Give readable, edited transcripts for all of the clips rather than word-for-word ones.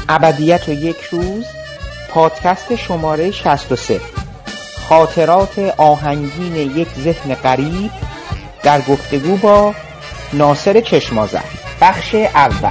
ابدیت و یک روز، پادکست شماره 63، خاطرات آهنگین یک ذهن غریب در گفتگو با ناصر چشم‌آذر، بخش اول.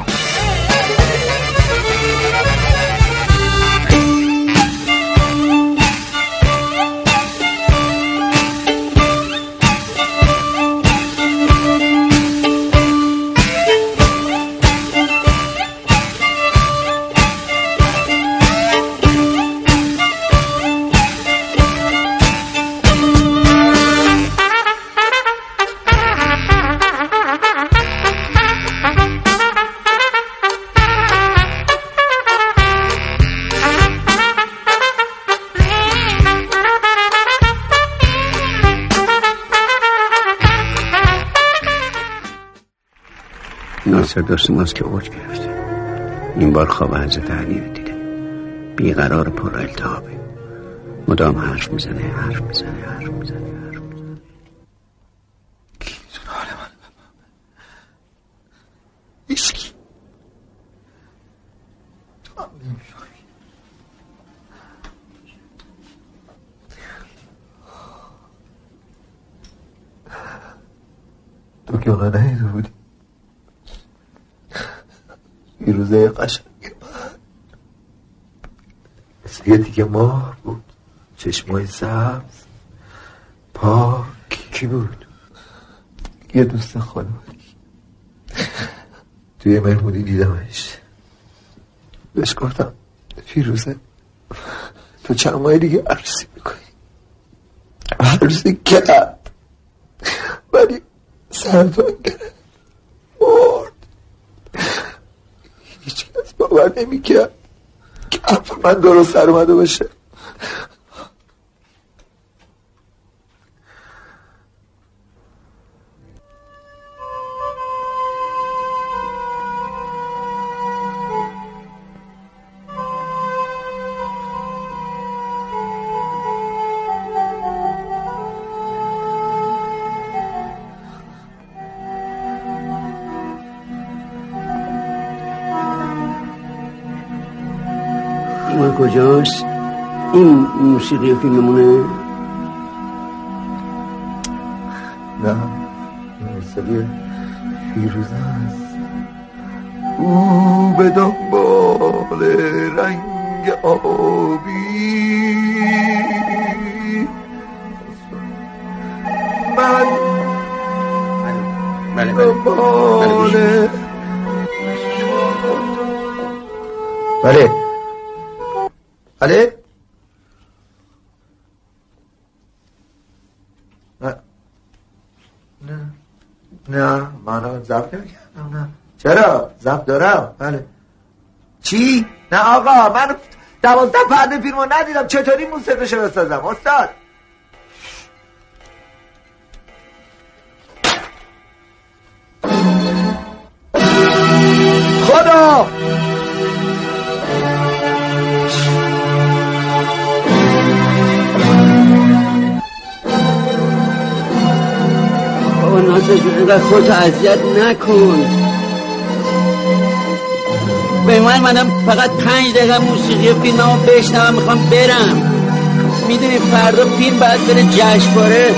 ناصر دوست ماست که اوج گرفته. این بار خواب حضرت علی رو دیده. بیقرار پر التهابه. مدام حرف میزنه. کی تو حال من ایشکی تو هم نمیفهمی. تو که اونها نهیده بودی. روزه قشنگ مثل یه دیگه ماه بود، چشمای سبز پاک. کی بود؟ یه دوست خانوادگی. توی مهمونی دیدمش، بهش گفتم فیروزه تو چند ماه دیگه عروسی میکنی. عروسی کرد ولی سرطان گرفت مرد. هیچ کس باور نمی‌کرد که حرف من درست سر اومده باشه. کجاست؟ این موسیقی فیلممونه؟ نه، موسیقی فیروزه است. او به دنبال رنگ آبی، من دنبال بله نه من ضبط نمی‌کردم. نه چرا ضبط دارم. بله چی؟ نه آقا من 12 پرده فیلمو ندیدم، چطوری موسیقیشو بسازم استاد؟ خدا ناصر اینقدر خودتو اذیت نکن. به منم فقط 5 دقیقه موسیقی فیلممو بشنوم، میخوام برم. میدونی فردا فیلم باید بره جشنواره.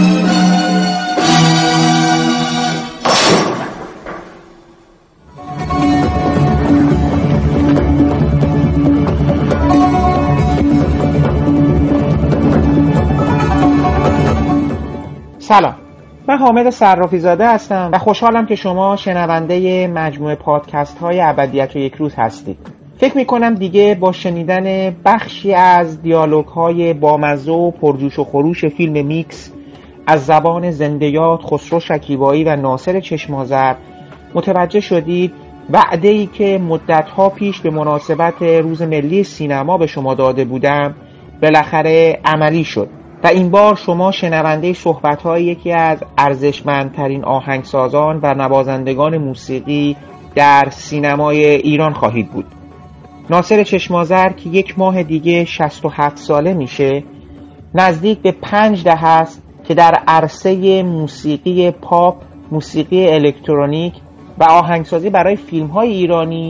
سلام، من حامد صرافی زاده هستم و خوشحالم که شما شنونده مجموعه پادکست های ابدیت و یک روز هستید. فکر میکنم دیگه با شنیدن بخشی از دیالوگ های بامزه و پرجوش و خروش فیلم میکس از زبان زنده‌یاد خسرو شکیبایی و ناصر چشم‌آذر متوجه شدید وعده‌ای که مدت‌ها پیش به مناسبت روز ملی سینما به شما داده بودم بالاخره عملی شد و این بار شما شنونده صحبت‌های یکی از ارزشمندترین آهنگسازان و نوازندگان موسیقی در سینمای ایران خواهید بود. ناصر چشم‌آذر که 1 ماه دیگه 67 ساله میشه، نزدیک به 5 دهه است که در عرصه موسیقی پاپ، موسیقی الکترونیک و آهنگسازی برای فیلم‌های ایرانی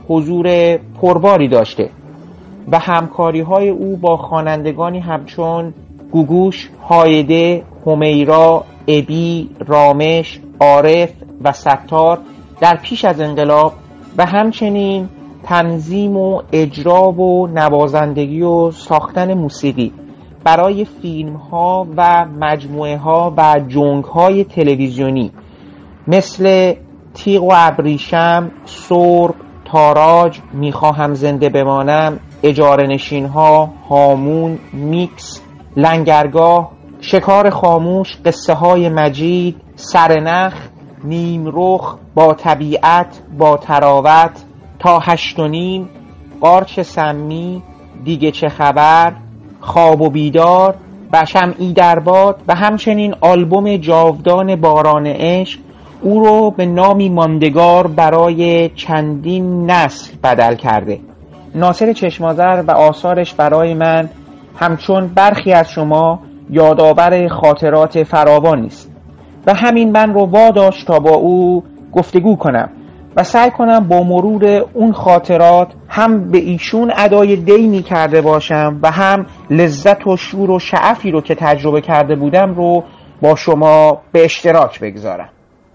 حضور پرباری داشته و همکاری‌های او با خوانندگانی همچون گوگوش، هایده، همیرا، ابی، رامش، عارف و ستار در پیش از انقلاب و همچنین تنظیم و اجرا و نوازندگی و ساختن موسیقی برای فیلم‌ها و مجموعه‌ها و جنگ‌های تلویزیونی مثل تیغ و ابریشم، سرب، تاراج، میخواهم زنده بمانم، اجاره نشین‌ها، هامون، میکس، لنگرگاه، شکار خاموش، قصه های مجید، سرنخ، نیمرخ، با طبیعت، با تراوت، تا 8:30، قارچ سمی، دیگه چه خبر، خواب و بیدار و شمعی در باد و همچنین آلبوم جاودان باران عشق او رو به نامی ماندگار برای چندین نسل بدل کرده. ناصر چشم‌آذر و آثارش برای من همچون برخی از شما یادآور خاطرات فراوانی است و همین من رو واداشت تا با او گفتگو کنم و سعی کنم با مرور اون خاطرات هم به ایشون ادای دینی کرده باشم و هم لذت و شور و شعفی رو که تجربه کرده بودم رو با شما به اشتراک بگذارم.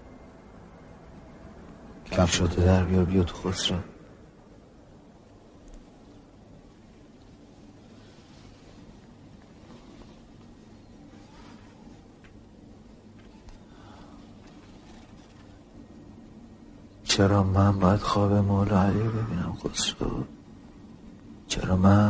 کفشاتو در بیار، بیا تو خسرو. چرا من باید خواب مولا علی رو ببینم خسرو؟ چرا من؟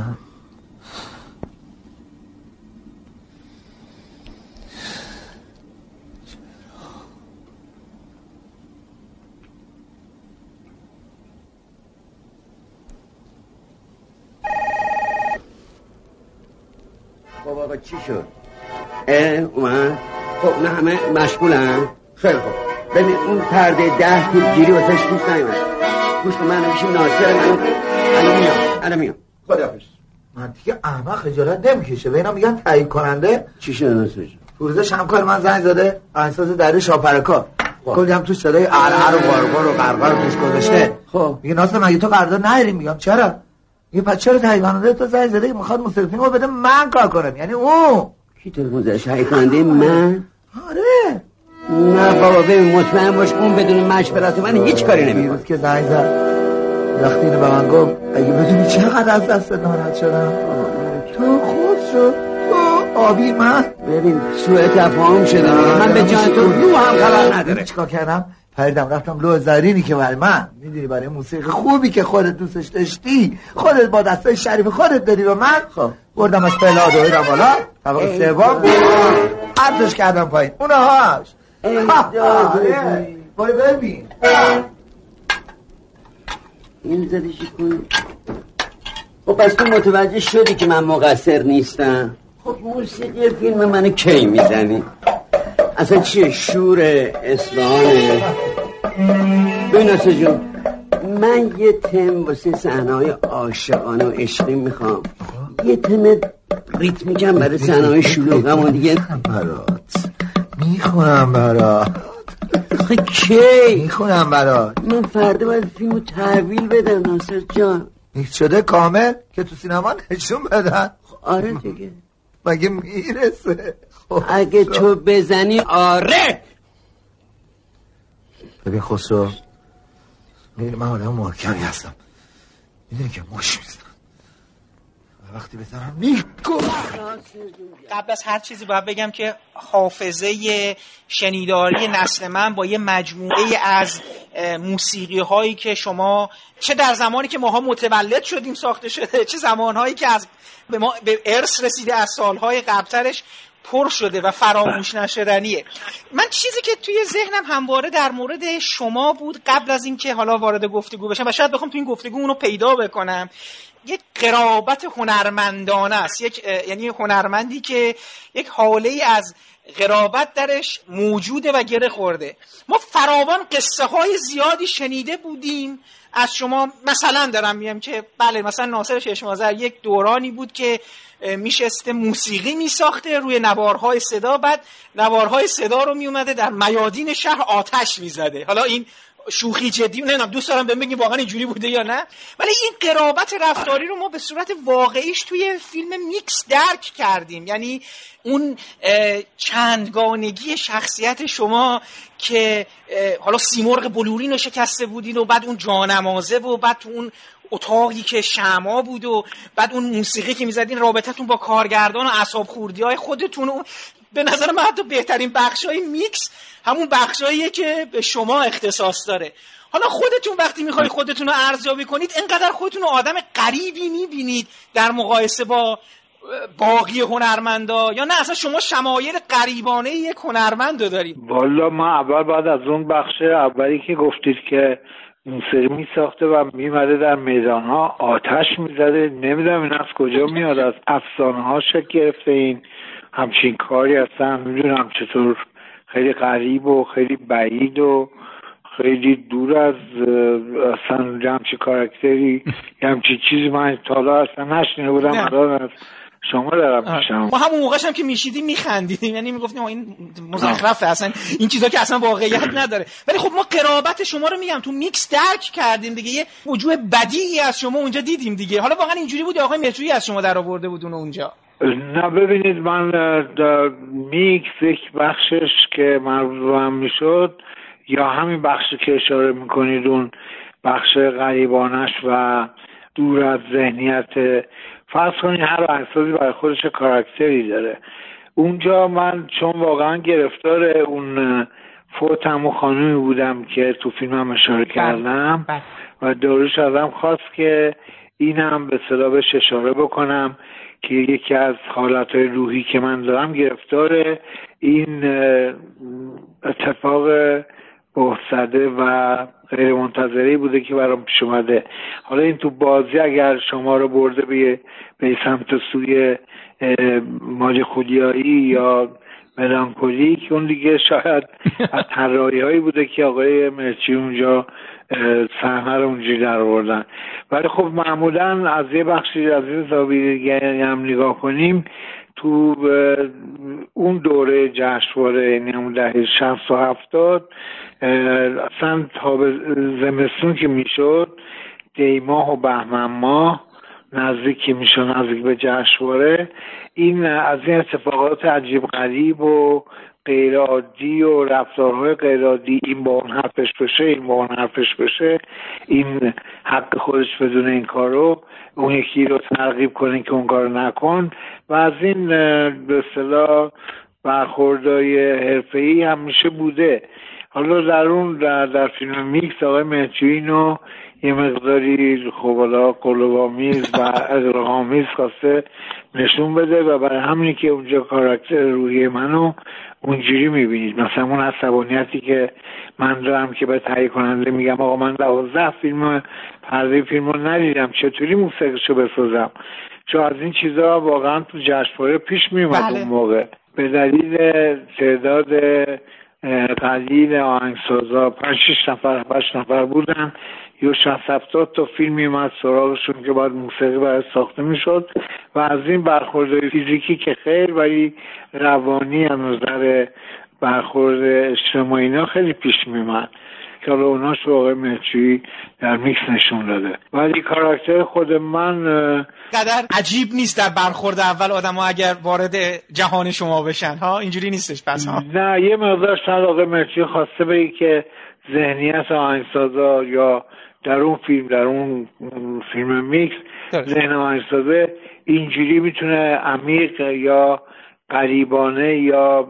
خب آقا چی شد؟ اومد؟ خب نه همه مشغولن؟ خیلی خوب. ببین اون پرده 10 توپ گیری واسش گوش نیومد. گوش کن، من میشیم ناصر، من الان میام. خداحافظ. من دیگه احمق خجالت نمیکشه به اینا میگن تایید کننده. چی شده ناصر جان؟ روزش همکار من زنگ زده، اساس در شاپرکا کلی هم توش صدای ارعر و قارقار و قرقر رو توش گذاشته. خب میگه ناصر مگه تو قرارداد نداری؟ میگم چرا؟ میگه پس چرا تایید کننده تو زنگ زده میخواد موسیقیمو بده من کار کنم؟ یعنی اون کی تلفن زده؟ تایید کننده من؟ آره. نه بابا ببین مطمئن باش اون بدون مشورت من هیچ کاری نمیکنه. دیروز که زنگ زد وقتی اینو به من گفت اگه بدونی چقدر از دست ناراحت شدم. تو خود شد تو آبی من. ببین سوء تفاهم شده، من به جان تو رو هم خبر نداره. چیکار کردم؟ پریدم رفتم لوح زرینی که برای من میدونی برای موسیقی خوبی که خودت دوستش داشتی، خودت با دستای شریف خودت دادی به من. خب بردم از پلاد و ایرم بالا طبقه سوم پرتش کردم پایین اونهاش. برو ببین این زدیشی کن. خب پس تو متوجه شدی که من مقصر نیستم. خب موسیقی فیلم منو کی میزنی؟ اصلا چیه؟ شور اصفهانه؟ ببین ناصر جون، من یه تم واسه صحنه‌های عاشقانه و عشقی میخوام، یه تم ریتمیکم برای صحنه‌های شلوغم و دیگه میخونم برات. آخه کی؟ میخونم برات. من فردا باید فیلمو تحویل بدم ناصر جان. نیست شده کامل که تو سینما نشون بدن؟ آره دیگه. مگه میرسه؟ اگه تو بزنی آره. ببین خسرو، من آدم محکمی هستم، میدونی که مش میزنم وقتی بزنم میگم. قبل از هر چیزی باید بگم که حافظه شنیداری نسل من با یه مجموعه از موسیقی هایی که شما چه در زمانی که ماها متولد شدیم ساخته شده، چه زمانهایی که از به ما به ارث رسیده از سالهای قبلترش پر شده و فراموش نشدنیه. من چیزی که توی ذهنم همواره در مورد شما بود قبل از اینکه حالا وارد گفتگو بشم و شاید بخوام تو این گفتگو اونو پیدا بکنم، یک قرابت هنرمندانه است، یعنی هنرمندی که یک حاله از قرابت درش موجوده و گره خورده. ما فراوان قصه های زیادی شنیده بودیم از شما. مثلا دارم میگم که بله مثلا ناصر چشم‌آذر یک دورانی بود که میشسته موسیقی میساخته روی نوارهای صدا، بعد نوارهای صدا رو میومده در میادین شهر آتش میزده. حالا این شوخی جدی نمیدونم دوست دارم بهم بگین واقعا اینجوری بوده یا نه، ولی این قرابت رفتاری رو ما به صورت واقعیش توی فیلم میکس درک کردیم. یعنی اون چندگانگی شخصیت شما که حالا سیمرغ بلورین رو شکسته بودین و بعد اون جانمازه و بعد تو اون اتاقی که شمع بود و بعد اون موسیقی که میزدین، رابطتون با کارگردان و اعصاب خوردی‌های خودتون، به نظر من حتی بهترین بخشای میکس همون بخشاییه که به شما اختصاص داره. حالا خودتون وقتی میخواید خودتون رو ارزیابی کنید انقدر خودتون رو آدم غریبی میبینید در مقایسه با باقی هنرمندا، یا نه اصلا شما شمایل غریبانه یک هنرمند رو دارید؟ والا ما اول بعد از اون بخش اولی که گفتید که موسیقی میساخته و میمده در میدانها آتش میزده، نمیدونم این از کجا میاد، از افسانه ها شکل گرفته این همچین کاری هستن، میدونم چطور خیلی غریب و خیلی بعید و خیلی دور از اصلا همچین کاراکتری همچین چیزی من تا حالا اصلا نشنیده بودم. الان از شما دارم میشم. ما همون موقعش هم که میشیدیم میخندیدیم، یعنی میگفتیم این مزخرفه، اصلا این چیزا که اصلا واقعیت نداره. ولی خب ما قرابت شما رو میگم تو میکس درک کردیم دیگه، یه وجوه بدیعی از شما اونجا دیدیم دیگه. حالا واقعا اینجوری بود آقای مهرجویی از شما در آورده بود اونجا؟ نه ببینید، من در میکس یک بخشش که مربوطم میشد یا همین بخشی که اشاره میکنید اون بخش غریبانش و دور از ذهنیت، فرض کنید هر احساسی برای خودش کاراکتری داره. اونجا من چون واقعا گرفتار اون فوتم و خانومی بودم که تو فیلمم اشاره کردم و داروش ازم خواست که اینم به اصطلاح بهش اشاره بکنم که یکی از حالتهای روحی که من دارم گرفتار این اتفاق بحثده و غیر منتظری بوده که برام پیش اومده. حالا این تو بازی اگر شما رو برده به سمت سوی مالی خودیایی یا ملانکولیک، اون دیگه شاید از طراحی هایی بوده که آقای مرچی اونجا صحنه رو اونجوری در آوردن. ولی خب معمولا از یه بخشی از این زاویه دیگه هم نگاه کنیم، تو اون دوره جشنواره، یعنی اون دهه 60 و 70 اصلا تا به زمستون که میشد، دیماه و بهمن ماه نزدیک به جشنواره، این از این اتفاقات عجیب غریب و غیر عادی و رفتارهای غیر عادی، این با اون حرفش بشه، این با اون حرفش بشه، این حق خودش بدون این کارو، اون یکی رو ترغیب کنه که اون کارو نکن، و از این به اصطلاح برخوردهای حرفه‌ای همیشه بوده. حالا در فیلم میکس آقای مهرجویی رو یه مقداری خب قلوب‌آمیز و اغراق‌آمیز خواسته نشون بده و برای همینی که اونجا کاراکتر روحی منو اونجوری میبینید. مثلا اون عصبانیتی که من دارم که به تهیه کننده میگم آقا من 12 فیلم پرده فیلم رو ندیدم، چطوری موسیقیشو بسازم؟ چون از این چیزا واقعا تو جشنواره پیش میومد اون موقع به دلیل تعداد قلیل آهنگسازا، 5-6 نفر 8 نفر بودن، یا 60-70 تا فیلم میومد سراغشون که بعد موسیقی برای ساخته میشد و از این برخورد فیزیکی که خیر ولی روانی از نظر برخورد اجتماعی اینا خیلی پیش میومد که حالا اوناش رو آقای مهرجویی در میکس نشون داده. ولی کاراکتر خود من قدر عجیب نیست در برخورد اول آدم ها اگر وارد جهان شما بشن، ها اینجوری نیستش پس ها؟ نه، یه مقدار شاید آقای مهرجویی خواسته بگه که ذهنیت آهنگسازا یا در اون فیلم میکس ذهن آهنگسازه اینجوری میتونه عمیق یا غریبانه یا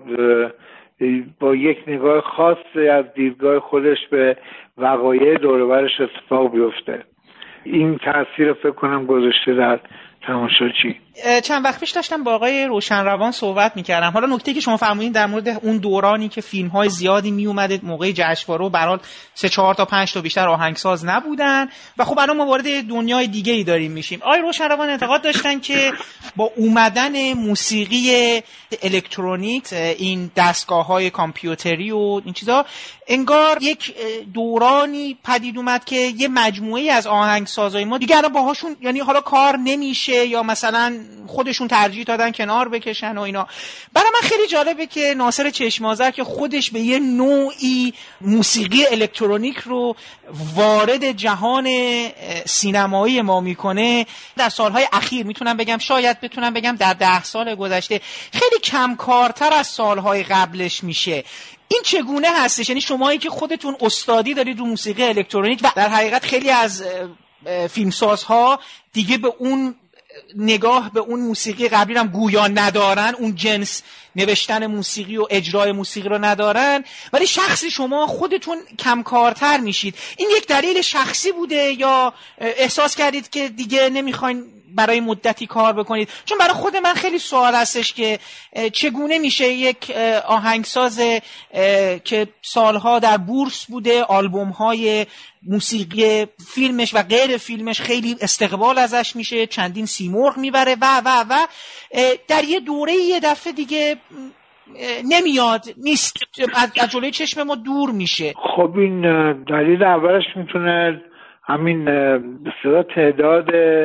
با یک نگاه خاص از دیدگاه خودش به وقایع دور و برش اتفاق بیفته. این تأثیر فکر کنم گذاشته در تماشاچی. چند وقت پیش داشتم با آقای روشنروان صحبت میکردم. حالا نکته که شما فرمودین در مورد اون دورانی که فیلم های زیادی میومده موقع جشنواره و برحال 3-4 تا 5 تا بیشتر آهنگساز نبودن و خب الان ما وارد دنیای دیگه ای داریم میشیم. آقای روشنروان اعتقاد داشتن که با اومدن موسیقی الکترونیک، این دستگاه‌های کامپیوتری و این چیزا، انگار یک دورانی پدید اومد که یه مجموعه از آهنگسازای ما دیگه الان باهاشون یعنی حالا کار نمیشه یا مثلا خودشون ترجیح دادن کنار بکشن و اینا. برای من خیلی جالبه که ناصر چشم‌آذر که خودش به یه نوعی موسیقی الکترونیک رو وارد جهان سینمایی ما میکنه در سالهای اخیر، میتونم بگم شاید بتونم بگم در 10 سال گذشته خیلی کمکارتر از سالهای قبلش میشه. این چگونه هستش؟ یعنی شمایی که خودتون استادی دارید رو موسیقی الکترونیک و در حقیقت خیلی از فیلمسازها دیگه به اون نگاه به اون موسیقی قبلی هم گویا ندارن، اون جنس نوشتن موسیقی و اجرای موسیقی رو ندارن، ولی شخصی شما خودتون کمکارتر میشید. این یک دلیل شخصی بوده یا احساس کردید که دیگه نمیخواین برای مدتی کار بکنید؟ چون برای خود من خیلی سوال هستش که چگونه میشه یک آهنگساز که سالها در بورس بوده، آلبوم‌های موسیقی فیلمش و غیر فیلمش خیلی استقبال ازش میشه، چندین سیمرغ میبره و در یه دوره یه دفعه دیگه نمیاد، نیست، از جلوی چشم ما دور میشه. خب این دلیل اولش میتونه همین تعداد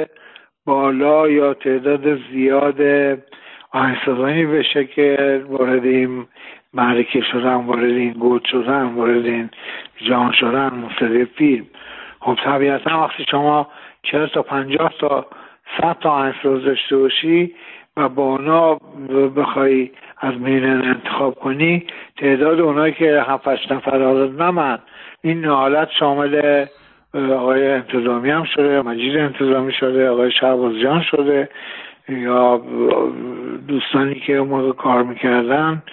بالا یا تعداد زیاد آهنگسازانی بشه که وارد این معرکه شدن، وارد این گود شدن، وارد این جهان شدن موسیقی فیلم. خب طبیعتا وقتی شما 40 تا 50 تا 100 تا آهنگساز داشته باشی و با اونا بخوای از میان انتخاب کنی، تعداد اونایی که 7-8 نفر حالا این حالت شامل آقای انتظامی هم شده، مجید انتظامی شده، آقای شهبازجان شده یا دوستانی که موقع کار میکردن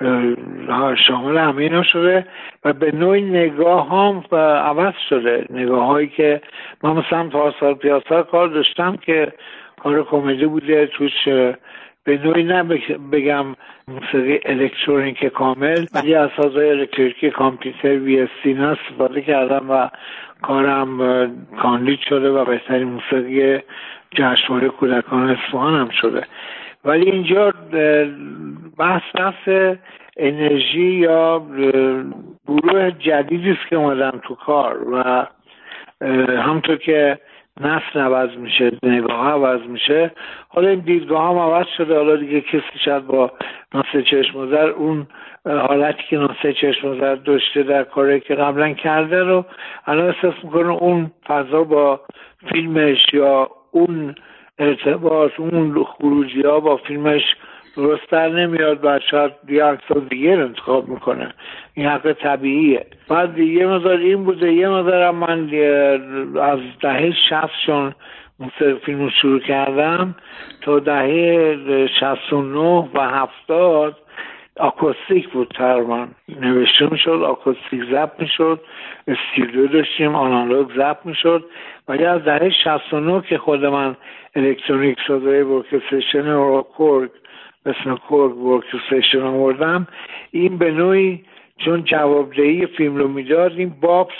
شامل همه اینا شده و به نوعی نگاه هم عوض شده. نگاه هایی که من مثلا پارسال پیاسار کار داشتم که کار کمدی بوده، توش به نوعی نه بگم موسیقی الکترونیک کامل ولی از سازهای الکتریکی کامپیوتر VST استفاده کردم و کارم کاندید شده و بهترین موسیقی جشنواره کودکان اصفهان هم شده. ولی اینجا بحث انرژی یا گروه جدیدی است که اومدن تو کار و همونطور که نسل عوض میشه، نگاه عوض میشه، حالا این دیدگاه هم عوض شده. حالا دیگه کسی شاید با ناصر چشم‌آذر اون حالتی که ناصر چشم‌آذر داشته در کاری که قبلا کرده رو الان احساس میکنه اون فضا با فیلمش یا اون ارتباط، اون خروجی ها با فیلمش درست در نمیاد و شاید یه عکس‌ها دیگه رو انتخاب میکنه. این حق طبیعیه. بعد یه مقدار این بوده، یه مقدار من از دهه 60 چون فیلم شروع کردم تا دهه 69 و 70 آکوستیک بود تقریبا نوشته میشد، آکوستیک ضبط میشد، استودیو داشتیم، آنالوگ ضبط میشد. ولی از دهه 69 که خود من الکترونیک سازای ورکستیشن و کورگ اسم کورگ ورکستیشن آوردم، این به نوعی چون جوابدهی فیلم رو میداد این باب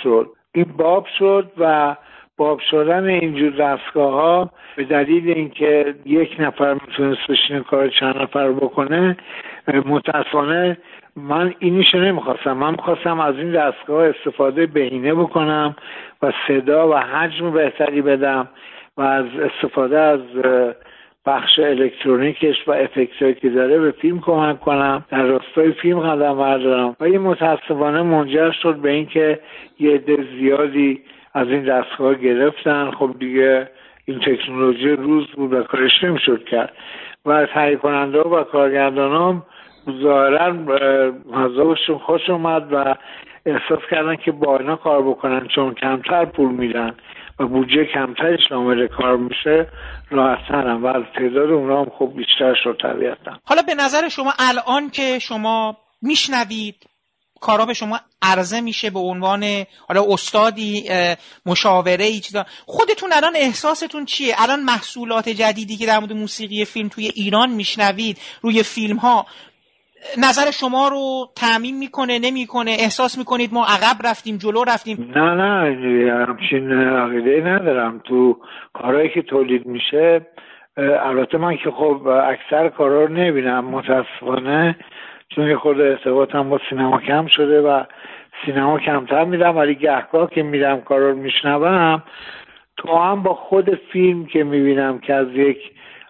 شد و باب شدن اینجور دستگاه ها به دلیل اینکه یک نفر میتونست بشینه کار چند نفر رو بکنه، متاسفانه من اینیشو نمیخواستم. من میخواستم از این دستگاه استفاده بهینه بکنم و صدا و حجم بهتری بدم و از استفاده از بخش الکترونیکش و افکتایی که داره به فیلم کمک کنم، در راستای فیلم قدم بردارم. و این متاسفانه منجر شد به اینکه یه عده زیادی از این دستگاه گرفتن. خب دیگه این تکنولوژی روز بود و کارش نمیشد کرد و تهیه کننده و کارگردانان ظاهرا مذاقشون خوش اومد و احساس کردن که با اینا کار بکنن، چون کمتر پول میدن و بودجه کمتری شامل کار میشه، راحت‌ترن و تعداد اونا هم خب بیشتر شد طبیعتا. حالا به نظر شما الان که شما میشنوید کارا به شما عرضه میشه به عنوان حالا استادی، مشاوره ای چیزا، خودتون الان احساستون چیه؟ الان محصولات جدیدی که در مورد موسیقی فیلم توی ایران میشنوید روی فیلم ها، نظر شما رو تعمیم میکنه نمیکنه؟ احساس میکنید ما عقب رفتیم جلو رفتیم؟ نه همچین عقیده ندارم. تو کارهایی که تولید میشه، البته من که خب اکثر کارا رو نبینم متاسفانه، چون خود ارتباطم با سینما کم شده و سینما کمتر میدم، ولی گهگاه که میدم کارا رو میشنوم، تو هم با خود فیلم که میبینم که از یک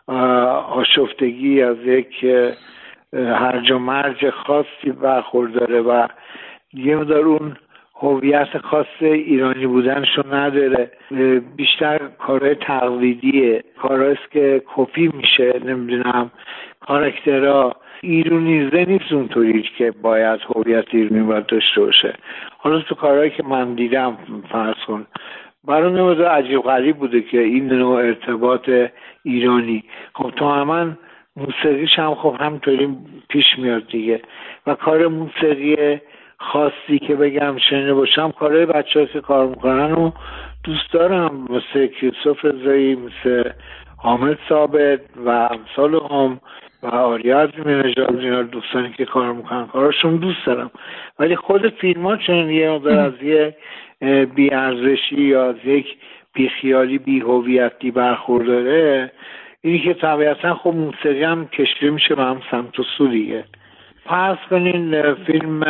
آشفتگی، از یک هرج و مرج خاصی برخورداره و یه مقدار اون هویت خاص ایرانی بودنشو نداره. بیشتر کارهای تقلیدیه، کارهاییست که کپی میشه، نمیدونم کاراکترها ایرونیزه نیست اونطوری که باید هویت ایرانی باید داشته باشه. حالا تو کارهایی که من دیدم فرض کن برای نمازه عجیب غریب بوده که این نوع ارتباط ایرانی، خب تماما موسیقیش هم خب همینطوری پیش میاد دیگه. و کار موسیقی خاصی که بگم شنیده باشم کارهای بچه ها که کار میکنن و دوست دارم، مثل کریستوف رضایی، مثل حامد ثابت و امثال هم و آریا عظیمی نژاد، اینا دوستانی که کار میکنن کاراشون دوست دارم. ولی خود فیلم ها چون یه مقدار از یه بی‌ارزشی یا از یک بیخیالی بی‌هویتی برخورداره، اینی که طبیعتا خب موسیقی هم کشیده میشه به هم سمت و سو دیگه. فرض کنین فیلم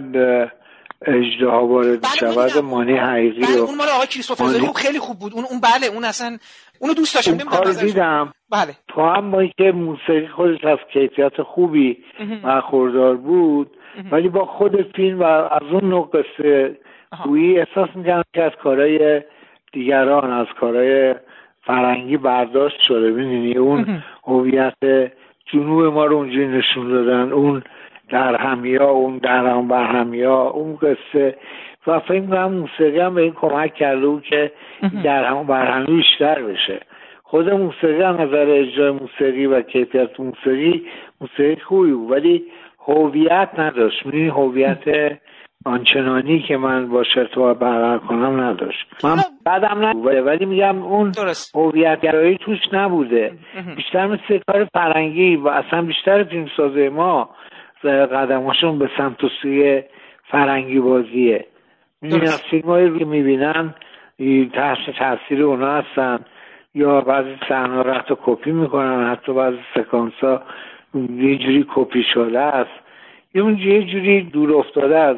اژدها وارد شود مانی حقیقی رو، اون مال آقای کریستوف رضایی خیلی خوب بود. اون بله اون اصلا اونو دوست داشتم. اون کار دیدم. بله تو هم با اینکه موسیقی خودش از کیفیت خوبی برخوردار بود ولی با خود فیلم و از اون نوع قصه گویی احساس میکنم که از کارهای دیگران، از کارهای فرنگی برداشت شده. ببینید اون هویت جنوب ما رو اونجوری نشون دادن، اون درهمیا، اون درهم برهمیا، اون قصه. و فکر می‌کنم موسیقی هم به این کمک کرده بود که درهم برهمی بیشتر بشه. خود موسیقی هم نظر اجرای موسیقی و کیفیت موسیقی خوبی بود ولی هویت نداشت. می‌بینی هویت آنچنانی که من با ارتباط برقرار کنم نداشت. من بعدم نبوده ولی میگم اون هویت گرایی توش نبوده. بیشتر مثل کار فرنگی و اصلا بیشتر فیلمسازه ما قدماشون به سمت و سوی فرنگی بازیه. میبینی از فیلمایی رو که میبینن تحت تاثیر اونا هستن یا بعضی صحنه‌ها رو حتی کپی میکنن، حتی بعضی سکانس‌ها یه جوری کپی شده است، یه جوری دور افتاده از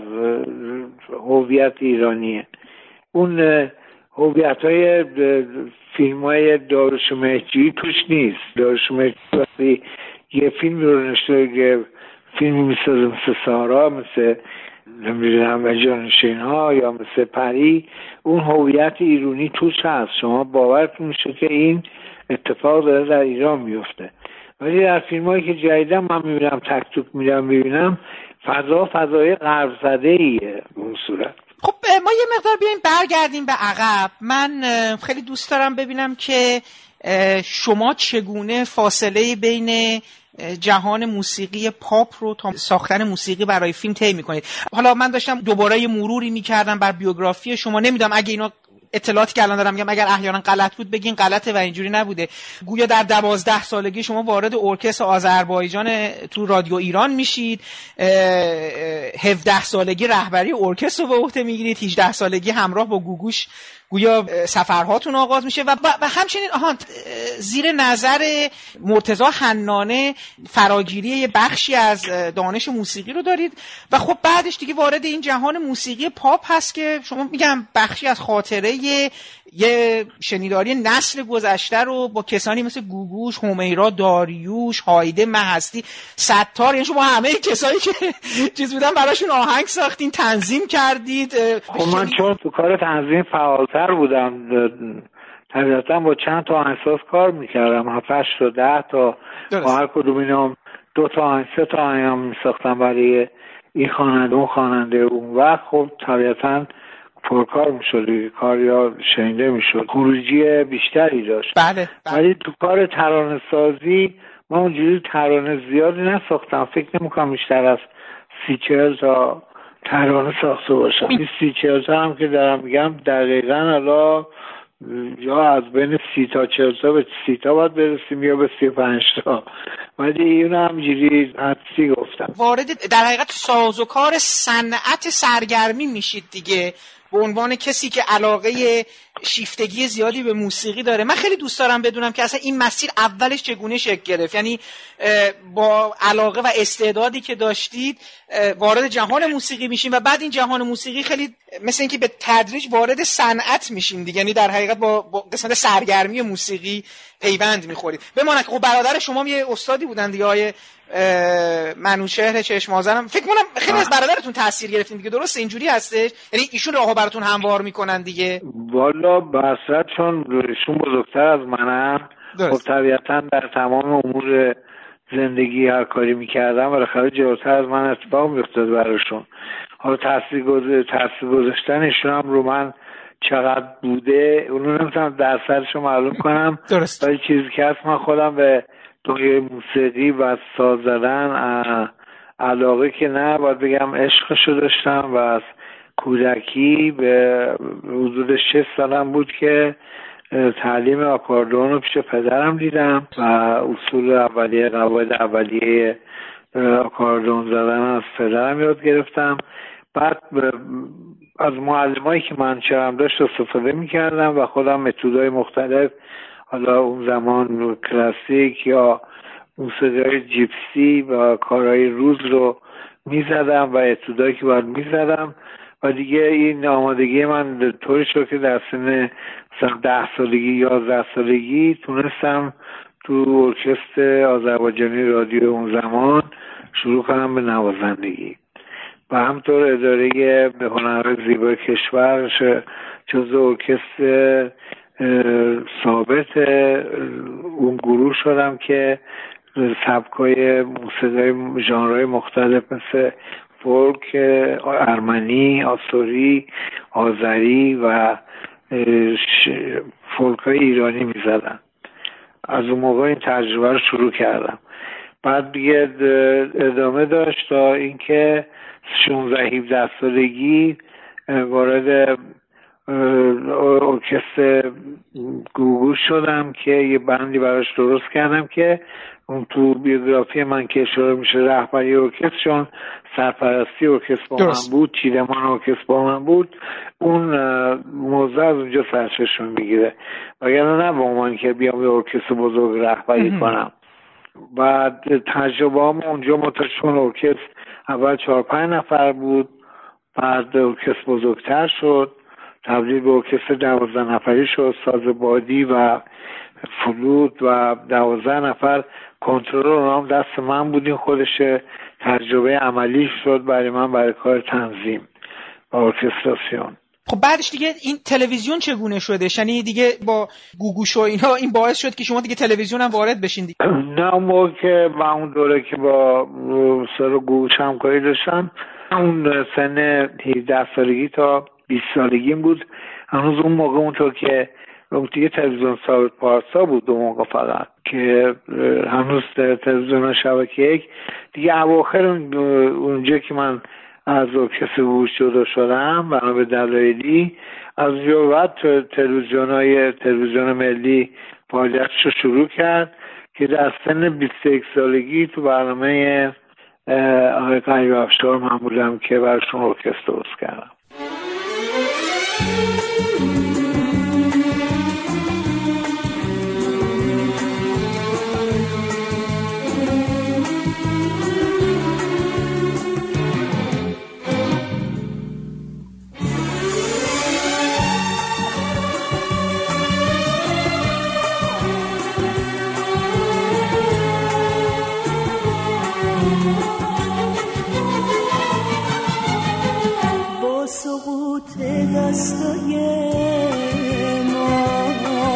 هویت ایرانیه. اون هویت‌های فیلم‌های داریوش مهرجویی توش نیست. داریوش مهرجویی یه فیلم رو نشته، فیلمی مثل سارا، مثل نمیدونم جانشین‌ها یا مثل پری، اون هویت ایرانی توش هست. شما باورتون میشه که این اتفاق داره در ایران میفته. ولی در فیلمایی که جدیدن من میبینم تک توک میبینم فضای غرب زده‌ایه اون صورت. خب ما یه مقدار بیایم برگردیم به عقب. من خیلی دوست دارم ببینم که شما چگونه فاصله بین جهان موسیقی پاپ رو تا ساختن موسیقی برای فیلم طی می‌کنید. حالا من داشتم دوباره یه مروری می‌کردم بر بیوگرافی شما. نمیدونم اگه اینو اطلاعاتی که الان دارم میگم اگر احیانا غلط بود بگین غلطه و اینجوری نبوده. گویا در 12 سالگی شما وارد ارکستر آذربایجان تو رادیو ایران میشید، 17 سالگی رهبری ارکستر رو به عهده میگیرید، 18 سالگی همراه با گوگوش گویا سفرهاتون آغاز میشه و همچنین زیر نظر مرتضی حنانه فراگیری یه بخشی از دانش موسیقی رو دارید و خب بعدش دیگه وارد این جهان موسیقی پاپ هست که شما میگم بخشی از خاطره یه شنیداری نسل گذشته رو با کسانی مثل گوگوش، همیرا، داریوش، هایده، مهستی، ستار، یعنی شما همه کسایی که چیز بودن براشون آهنگ ساختین، تنظیم کردید. خب من چون تو کار تنظیم فعالتر بودم طبیعتا با چند تا آهنگساز کار میکردم، 7 تا 10 تا با هر کدوم اینا 2 تا آهنگ 3 تا آهنگ میساختم برای این خواننده اون خواننده. اون وقت خب طبیعتا پرکار میشد، کار یا شنیده میشد، خروجی بیشتری داشت. بله. ولی تو کار ترانه سازی ما اونجوری ترانه زیادی نساختم. فکر نمیکنم بیشتر از 30-40 تا ترانه ساخته باشم. این 30-40 تا هم که دارم میگم دقیقاً حالا یا از بین 30 تا 40 تا به 30 تا باید برسیم یا به 35 تا، ولی اینو همجوری حدسی گفتم. وارد در حقیقت سازوکار صنعت سرگرمی میشید دیگه. به عنوان کسی که علاقه شیفتگی زیادی به موسیقی داره، من خیلی دوست دارم بدونم که اصلا این مسیر اولش چگونه شکل گرفت. یعنی با علاقه و استعدادی که داشتید وارد جهان موسیقی میشین و بعد این جهان موسیقی خیلی مثل اینکه به تدریج وارد صنعت میشین دیگه، یعنی در حقیقت با قسمت سرگرمی موسیقی پیوند میخورید. بماند که خب برادر شما یه استادی بودن دیگه، آقای منوچهر چشم‌آذرم، فکر کنم خیلی از برادرتون تاثیر گرفتین دیگه، درسته اینجوری هستش؟ یعنی ایشون راهو براتون هموار میکنن دیگه؟ والا بسرت چون ایشون بزرگتر از منم، خب طبیعتا در تمام امور زندگی هر کاری میکردم بالاخره جلوتر از من اتفاق میافتاد براشون. حالا تاثیر گذاشتن ایشون هم رو من چقدر بوده اونو نمیتونم درصدشو معلوم کنم، ولی چیزی که هست من خودم به دنیای موسیقی و ساز زدن علاقه که نه باید بگم عشقشو داشتم و از کودکی به حدود 6 سالم بود که تعلیم آکاردئون رو پیش پدرم دیدم و اصول اولیه، قواعد اولیه آکاردئون زدن از پدرم یاد گرفتم. بعد از معلمایی که منشأم داشت استفاده میکردم و خودم متدهای مختلف، حالا اون زمان کلاسیک یا موسیقی جیپسی و کارهای روز رو میزدم و اتودایی که باید میزدم و دیگه این آمادگی من طوری شد که در سن 10 سالگی 11 سالگی تونستم تو ارکستر آذربایجانی رادیو اون زمان شروع کنم به نوازندگی و همطور اداره به هنر زیبای کشور جزو ارکستر ثابت اون گروه شدم که سبکای موسیقی ژانرهای مختلف مثل فولک، ارمنی، آسوری، آذری و فولکای ایرانی میزدن. از اون موقع این تجربه رو شروع کردم. بعد دیگه ادامه داشت تا اینکه 16-17 سالگی وارد ارکستر گوگو شدم که یه بندی براش درست کردم که اون تو بیوگرافی من که اشاره میشه رهبری ارکستر، چون سرپرستی ارکستر با من بود، چیدمان ارکستر با من بود، اون موضوع از اونجا سرچشمه میگیره، وگرنه نه با من که بیام به ارکستر بزرگ رهبری کنم. بعد تجربه هم اونجا متشون ارکستر اول 4-5 نفر بود، بعد ارکستر بزرگتر شد، تبدیل به ارکستر 12 نفری شد، ساز بادی و فلوت و 12 نفر. کنترل هم دست من بودین، خودش تجربه عملی شد برای من برای کار تنظیم و ارکستراسیون. خب بعدش دیگه این تلویزیون چگونه شده؟ یعنی دیگه با گوگوش و اینا این باعث شد که شما دیگه تلویزیون هم وارد بشین دیگه؟ نه، اون موقع که من اون دوره که با سر گوگوش همکاری داشتم، اون سن 18 سالگی تا 20 سالگیم بود. هنوز اون موقع اونطور که دیگه تلویزیون ثابت پارسا بود اون موقع فقط، که هنوز تلویزیون شبکه یک دیگه اواخر اونجا که من از ارکستر گوش جدا شدم بنا به دلایلی، از اونجا بعد تلویزیون ملی فعالیتش رو شروع کرد که در سن 21 سالگی تو برنامه آقای غریب افشار من بودم که براشون ارکستر درست کردم. دستای ما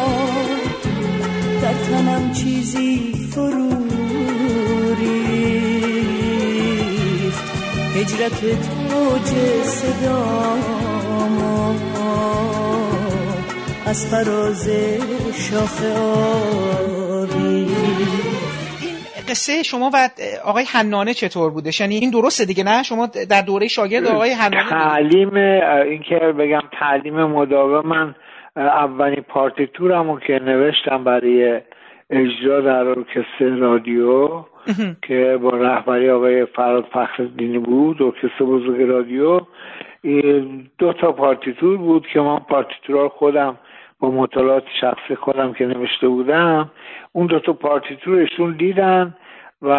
در تنم چیزی فرو ریخت، هجرت اوج صدا ما از فراز شاخه آبی. قصه شما و آقای حنانه چطور بوده؟ یعنی این درسته دیگه نه؟ شما در دوره شاگرد آقای حنانه تعلیم این که بگم تعلیم مداوم، من اولین پارتیتورمو که نوشتم برای اجرا در ارکستر رادیو که با رهبری آقای فراد فخرالدینی بود، ارکستر بزرگ رادیو، 2 تا پارتیتور بود که من پارتیتورها خودم با مطالعات شخصی خودم که نوشته بودم، اون 2 تا پارتیتورشون دیدن و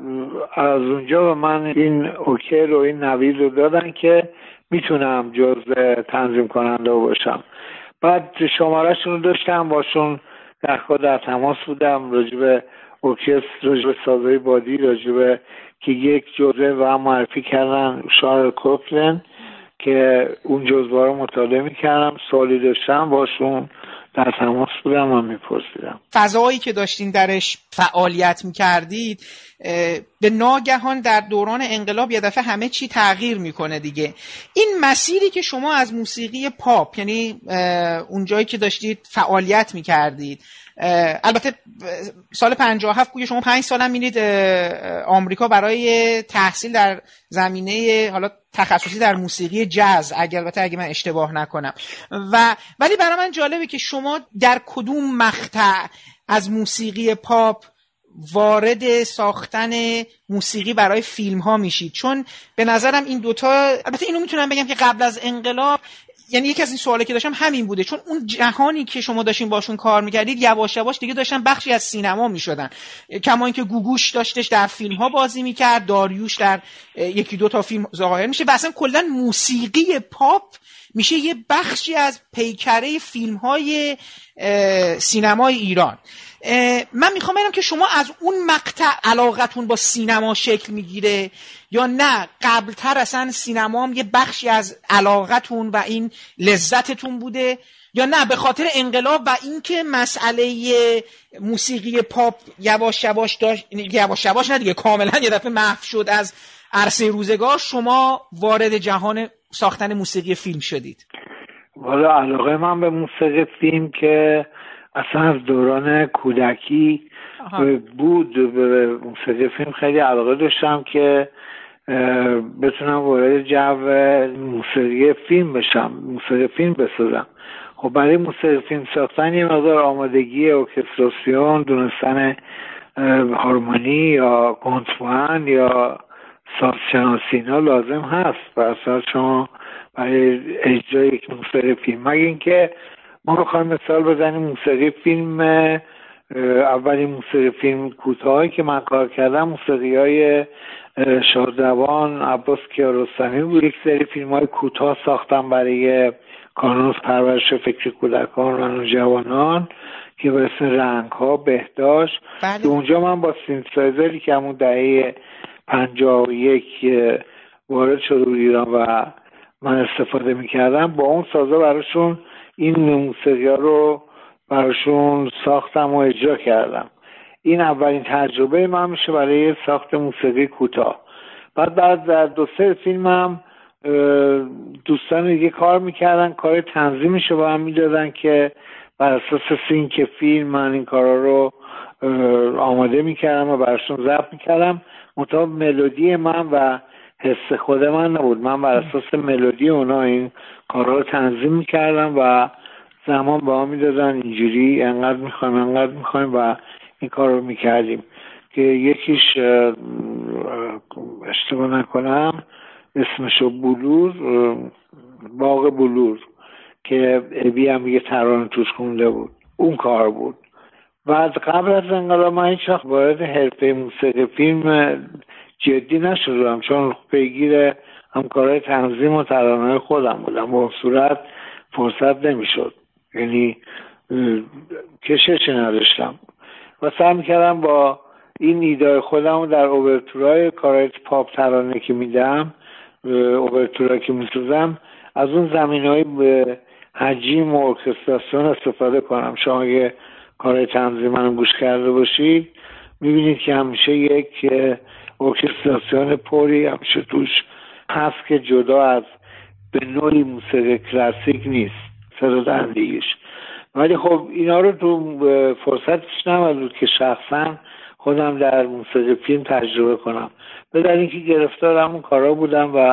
از اونجا به من این اوکی رو، این نوید رو دادن که میتونم جزء تنظیم کننده باشم. بعد شمارهشون رو داشتم، باشون در تماس بودم، راجب ارکستر، راجب سازهای بادی، راجب که یک جزء و هم معرفی کردن شارل کوکلن که اون جزوه رو مطالعه میکردم، سوالی داشتم باشون در تماس بودم و میپرسیدم. فضایی که داشتین درش فعالیت میکردید به ناگهان در دوران انقلاب یه دفعه همه چی تغییر میکنه دیگه. این مسیری که شما از موسیقی پاپ، یعنی اون جایی که داشتید فعالیت میکردید، البته سال 57 که شما 5 سال هم میرید آمریکا برای تحصیل در زمینه حالا تخصصی در موسیقی جاز، اگه من اشتباه نکنم، ولی برای من جالبه که شما در کدوم مقطع از موسیقی پاپ وارد ساختن موسیقی برای فیلم ها میشید؟ چون به نظرم این دوتا، البته اینو میتونم بگم که قبل از انقلاب، یعنی یکی از این سوالی که داشتم همین بوده، چون اون جهانی که شما داشتین باشون کار میکردید یواش یواش دیگه داشتن بخشی از سینما میشدن، کما اینکه گوگوش داشتش در فیلم ها بازی میکرد، داریوش در 1-2 تا فیلم ظاهر میشه و اصلا کلا موسیقی پاپ میشه یه بخشی از پیکره فیلم های سینمای ایران. من میخوام ببینم که شما از اون مقطع علاقتون با سینما شکل میگیره یا نه قبلتر اصلا سینما هم یه بخشی از علاقتون و این لذتتون بوده، یا نه به خاطر انقلاب و اینکه مسئله موسیقی پاپ یواش یواش نه دیگه کاملا یه دفعه محو شد از عرصه روزگار، شما وارد جهان ساختن موسیقی فیلم شدید؟ والا علاقه من به موسیقی فیلم که اصلا از دوران کودکی بود. به موسیقی فیلم خیلی علاقه داشتم که بتونم وارد جو موسیقی فیلم بشم، موسیقی فیلم بسازم. خب برای موسیقی فیلم ساختن یه مقدار آمادگی ارکستراسیون، دونستن هارمونی یا کنتربند یا سازشناسی اینا لازم هست برای شما برای اجرای یک موسیقی فیلم. مگه اینکه ما بخوایم مثال بزنیم موسیقی فیلم، اولین موسیقی فیلم کوتاهی که من کار کردم موسیقی‌های شادروان عباس کیارستمی بود. یک سری فیلم‌های کوتاه ساختم برای کانون پرورش فکر کودکان و نوجوانان که به اسم رنگ‌ها بهداشت. که اونجا من با سینتسایزری که همون دهه 51 وارد شد ایران و من استفاده می‌کردم، با اون سازا براشون این موسیقی‌ها رو براشون ساختم و اجرا کردم. این اولین تجربه من میشه برای ساخت موسیقی کوتاه. بعد در 2-3 فیلمم دوستان دیگه کار میکردن، کار تنظیمش رو به من میدادن که بر اساس سینک فیلم من این کارا رو آماده میکردم و براشون ضبط میکردم. منتها ملودی من و حس خود من نبود، من بر اساس ملودی اونا این کارا رو تنظیم میکردم و زمان به ما میدادن اینجوری انقدر میخوایم و این کار رو میکردیم. که یکیش اشتباه نکنم اسمشو بلور، باغ بلور که ابی هم یه ترانه توش خونده بود، اون کار بود. و قبل از انقلاب من هیچ وقت وارد حرفه موسیقی فیلم جدی نشدم، چون پیگیر همکارای تنظیم و ترانه‌های خودم بودم، با اون صورت فرصت نمیشد، یعنی کشش نداشتم و سعی میکردم با این ایده خودم در اوورتورای کارهای پاپ ترانه که میدم، اوورتورایی که میسازم، از اون زمینه‌های به حجیم و ارکستراسیون استفاده کنم. شما اگه کارهای تنظیم منو گوش کرده باشید میبینید که همیشه یک ارکستراسیون پوری همیشه توش هست که جدا از به نوعی موسیقی کلاسیک نیست، صدا دهندگیش. ولی خب اینا رو تو فرصتش نمیدود که شخصا خودم در موسیقی فیلم تجربه کنم. به دلیل اینکه گرفتار همون کارا بودم و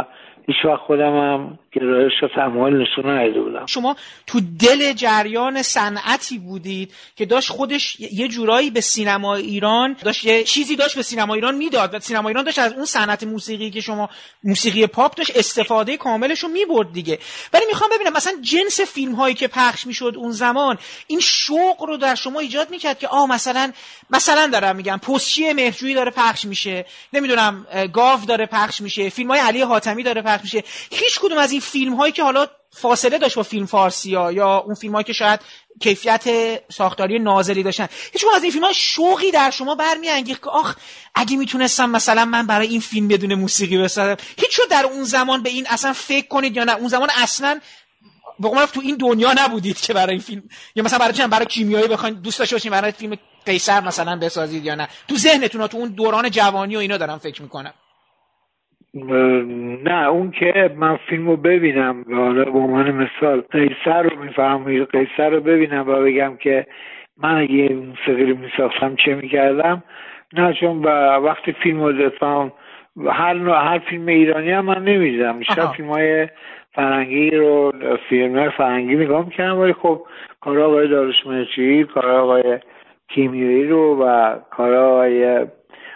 هیچ وقت خودم هم گرایش و تمایل نشون نداده بودم. شما تو دل جریان صنعتی بودید که داشت خودش یه جورایی به سینما ایران داشت یه چیزی داشت به سینما ایران میداد و سینما ایران داشت از اون صنعت موسیقی که شما موسیقی پاپ داشت استفاده کاملش رو میبرد دیگه. ولی میخوام ببینم مثلا جنس فیلم هایی که پخش میشد اون زمان این شوق رو در شما ایجاد میکرد که مثلا دارم میگم پستچی مهرجویی داره پخش میشه، نمیدونم گاو داره پخش میشه، فیلم های علی حاتمی داره پخش میشه. هیچ کدوم از این فیلم هایی که حالا فاصله داشت با فیلم فارسی ها یا اون فیلم هایی که شاید کیفیت ساختاری نازلی داشتن، هیچ کدوم از این فیلم ها شوقی در شما برمیانگیخت که آخ اگه میتونستم مثلا من برای این فیلم بدون موسیقی بسازم؟ هیچ شد در اون زمان به این اصلا فکر کنید یا نه؟ اون زمان اصلا به قول تو این دنیا نبودید که برای این فیلم یا مثلا برای کیمیایی بخواید دوست داشته باشین برای فیلم قیصر مثلا بسازید یا نه؟ تو ذهنتون تو اون دوران جوانی و اینا دارم فکر میکنم. نه اون که من فیلمو ببینم، حالا به عنوان مثال قیصر رو میفهمید، قیصر رو ببینم و بگم که من اگه موسیقی رو میساختم چه میکردم، نه، چون وقتی فیلمو دادم هر فیلم ایرانی هم من نمیدیدم، بیشتر فیلمای فرنگی رو فیلمای فرنگی نگاه میکردم، ولی خب کار آقای داریوش مهرجویی، کار آقای کیمیایی رو و کار آقای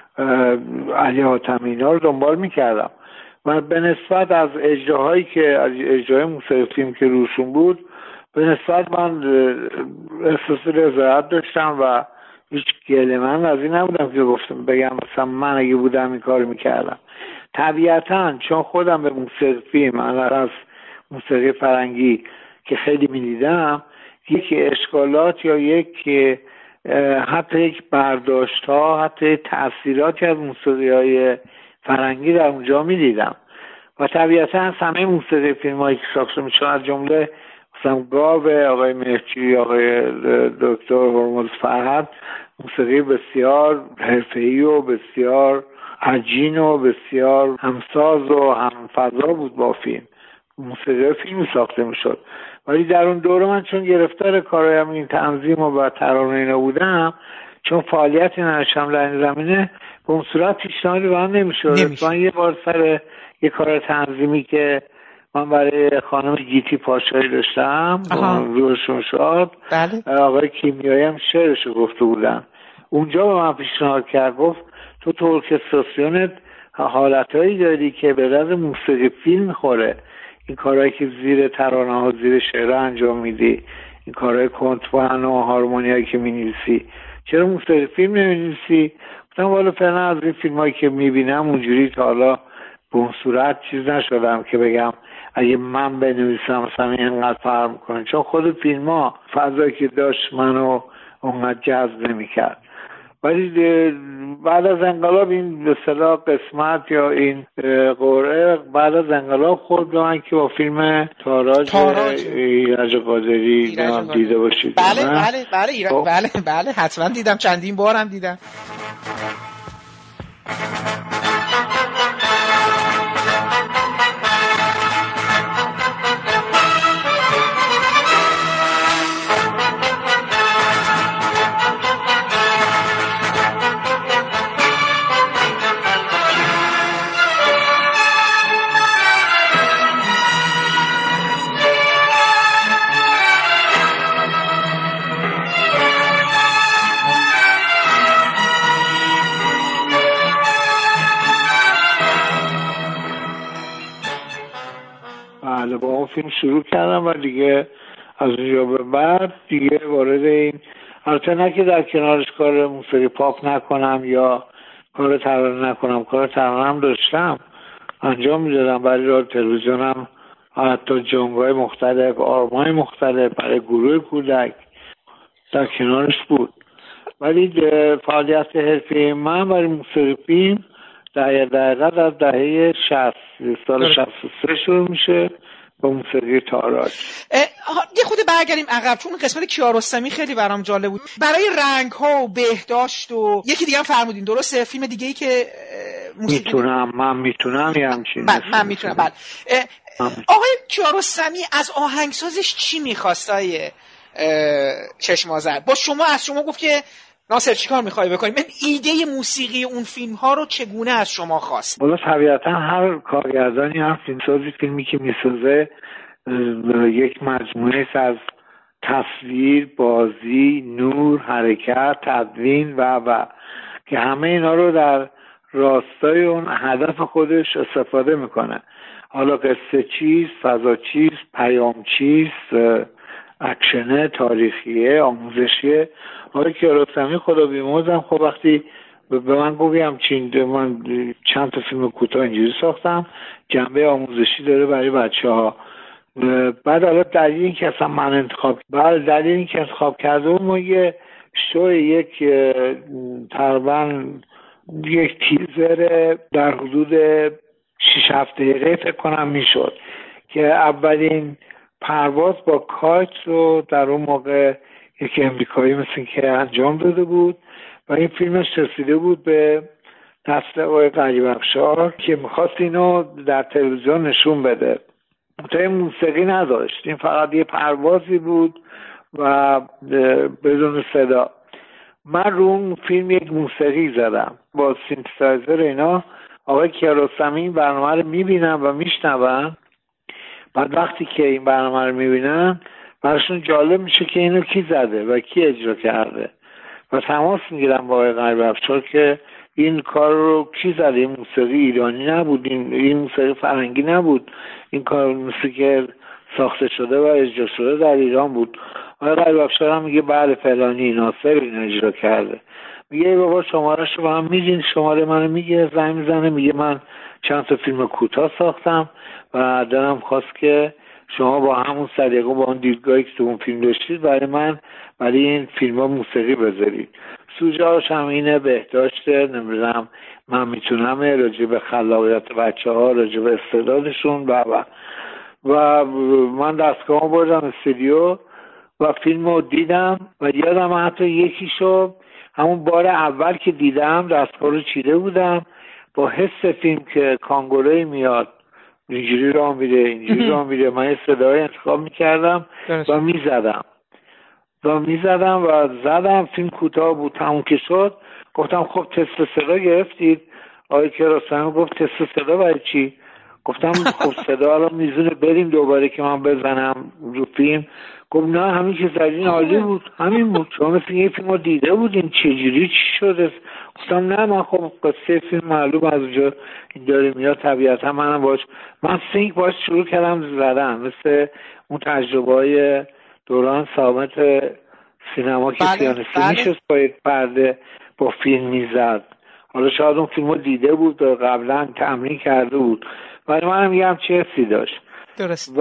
علی حاتمی اینا رو دنبال میکردم و به نسبت از اجراهایی که از اجرای موسیقی فیلم که روشون بود به نسبت من احساس رضایت داشتم و هیچ گله من از این نبودم که گفتم بگم مثلا من اگه بودم این کار میکردم. طبیعتاً چون خودم به موسیقی فیلم از موسیقی فرنگی که خیلی میدیدم، یک اشکالات یا حتی یک برداشت ها، حتی تأثیراتی از موسیقی های فرنگی در اونجا می دیدم و طبیعتا همه موسیقی فیلم هایی که ساخته میشن از جمله مثلا گاو آقای مهرجویی، آقای دکتر هرمز فرهاد، موسیقی بسیار حرفه‌ای و بسیار عجین و بسیار همساز و همفضا بود با فیلم. موسیقی فیلمی ساخته میشد، ولی در اون دوره من چون گرفتار کارایم این تنظیم و ترانه اینا بودم، چون فعالیتی نداشتم در این زمینه، به اون صورت پیشنهادی به من نمیشد. من یه بار سر یه کار تنظیمی که من برای خانم گیتی پاشایی داشتم، روحشون شاد، آقای کیمیایی هم شعرشو گفته بودن، اونجا به من پیشنهاد کرد، گفت تو ارکستراسیونت حالتهایی داری که به درد موسیقی فیلم خوره، این کارهایی که زیر ترانه ها زیر شعر انجام میدی، این کارهای کنتوان و هارمونیایی که مینویسی، چرا موسیقی فیلم نمینویسی؟ گفتم والا فعلا از این فیلم هایی که میبینم اونجوری تا حالا به اون صورت چیز نشدم که بگم اگه من بنویسم مثلا اینقدر فرق میکنه، چون خود فیلم ها فضایی که داشت منو اونقدر جذب نمیکرد. ولی بعد از انقلاب این به اصطلاح قسمت یا این قرعه بعد از انقلاب خورد به من که با فیلم تاراج ایرج قادری دیده باشید. بله حتما دیدم، چندین بارم دیدم. با اون فیلم شروع کردم و دیگه از اونجا به بعد دیگه وارد این، البته نه که در کنارش کار موسیقی پاپ نکنم یا کار ترانه نکنم، کار ترانه هم داشتم انجام میدادم برای رادیو تلویزیونم، حتی جنگ‌های مختلف، آرمای مختلف برای گروه کودک در کنارش بود. ولی فعالیت حرفی من برای موسیقی فیلم دقیقاً از دهه 60 سال 63 شروع میشه با موسیقی تاراج. یه خود برگردیم عقب، چون قسمت کیارستمی خیلی برام جالب بود. برای رنگ ها و بهداشت و یکی دیگه هم فرمودین، درسته؟ فیلم دیگه ای که من میتونم یه همچین من میتونم. بله آقای کیارستمی از آهنگسازش چی میخواست؟ چشم آذر با شما از شما گفت که ناصر چیکار میخوای بکنی؟ من ایده موسیقی اون فیلم ها رو چگونه از شما خواست؟ والا طبیعتا هر کارگردانی، هر فیلمسازی فیلمی که میسازه یک مجموعه از تصویر، بازی، نور، حرکت، تدوین و که همه اینا رو در راستای اون هدف خودش استفاده میکنه. حالا قصه چیست، فضا چیست، پیام چیست، اکشنه، تاریخیه، آموزشیه. آقای کیارستمی خدا بیامرزم خب وقتی به من گفتم من چند تا فیلم کوتاه اینجوری ساختم جنبه آموزشی داره برای بچه‌ها. بعد حالا دلیل این که اصلا من انتخاب کردم ما یه شو یک تقریبا یک تیزر در حدود 6-7 دقیقه فکر کنم میشد که اولین پرواز با کایت رو در اون موقع یک امریکایی مثل که انجام داده بود و این فیلمش رسیده بود به دست آقای قلیبخشار که میخواست اینو در تلویزیون نشون بده. متای موسیقی نداشت، این فقط یه پروازی بود و بدون صدا. من رو اون فیلم یک موسیقی زدم با سینتزایزر اینا. آقای کیارستمی این برنامه رو میبینن و میشنون. بعد وقتی که این برنامه رو میبینن براشون جالب میشه که اینو کی زده و کی اجرا کرده و تماس میگیرن با آقای قلیبخشار که این کار رو کی زده. این موسیقی ایرانی نبود، این موسیقی فرنگی نبود، این کار موسیقی ساخته شده و اجرا شده در ایران بود. آقای قلیبخشار هم میگه بله فلانی ناصر این اجرا کرده. میگه ای بابا شماره‌اش رو با هم میدین، شماره منو میگه، زنگ میزنه میگه من چند تا فیلم کوتاه ساختم و دلم خواست که شما با همون سلیقه با اون دیدگاهی که تو اون فیلم داشتید برای این فیلم ها موسیقی بذارید. سوژه‌اش هم اینه، بهداشت نمیدونم من میتونم، راجع به خلاقیت بچه‌ها، راجع به استعدادشون و من دستگاه‌مو بردم استودیو و فیلم رو دیدم و یادم حتی یکیشو همون بار اول که دیدم دستگاه رو چیده بودم با حس فیلم که کانگوروی میاد اینجوری راه میره من یه صدای انتخاب میکردم و میزدم و زدم. فیلم کوتاه بود، تموم که شد گفتم خب تست صدا گرفتید؟ آقای کیارستمی گفت تست صدا برای چی؟ گفتم خب صدا الان میزونه بریم دوباره که من بزنم رو فیلم. گفت نه همین که زدین عالی بود، همین بود، شما مثل یه فیلم رو دیده بودین چجوری چی شده؟ گفتم نه من خب قصه فیلم معلوم از اونجا این داره میاد طبیعتا من سینک باش شروع کردم زدن مثل اون تجربه های دوران صامت سینما که پیانیستی میشست باید پرده با فیلم میزد. حالا شاید اون فیلم رو دیده بود و قبلا تمرین کرده بود. برای من هم یه همچه حسی داشت. درست. و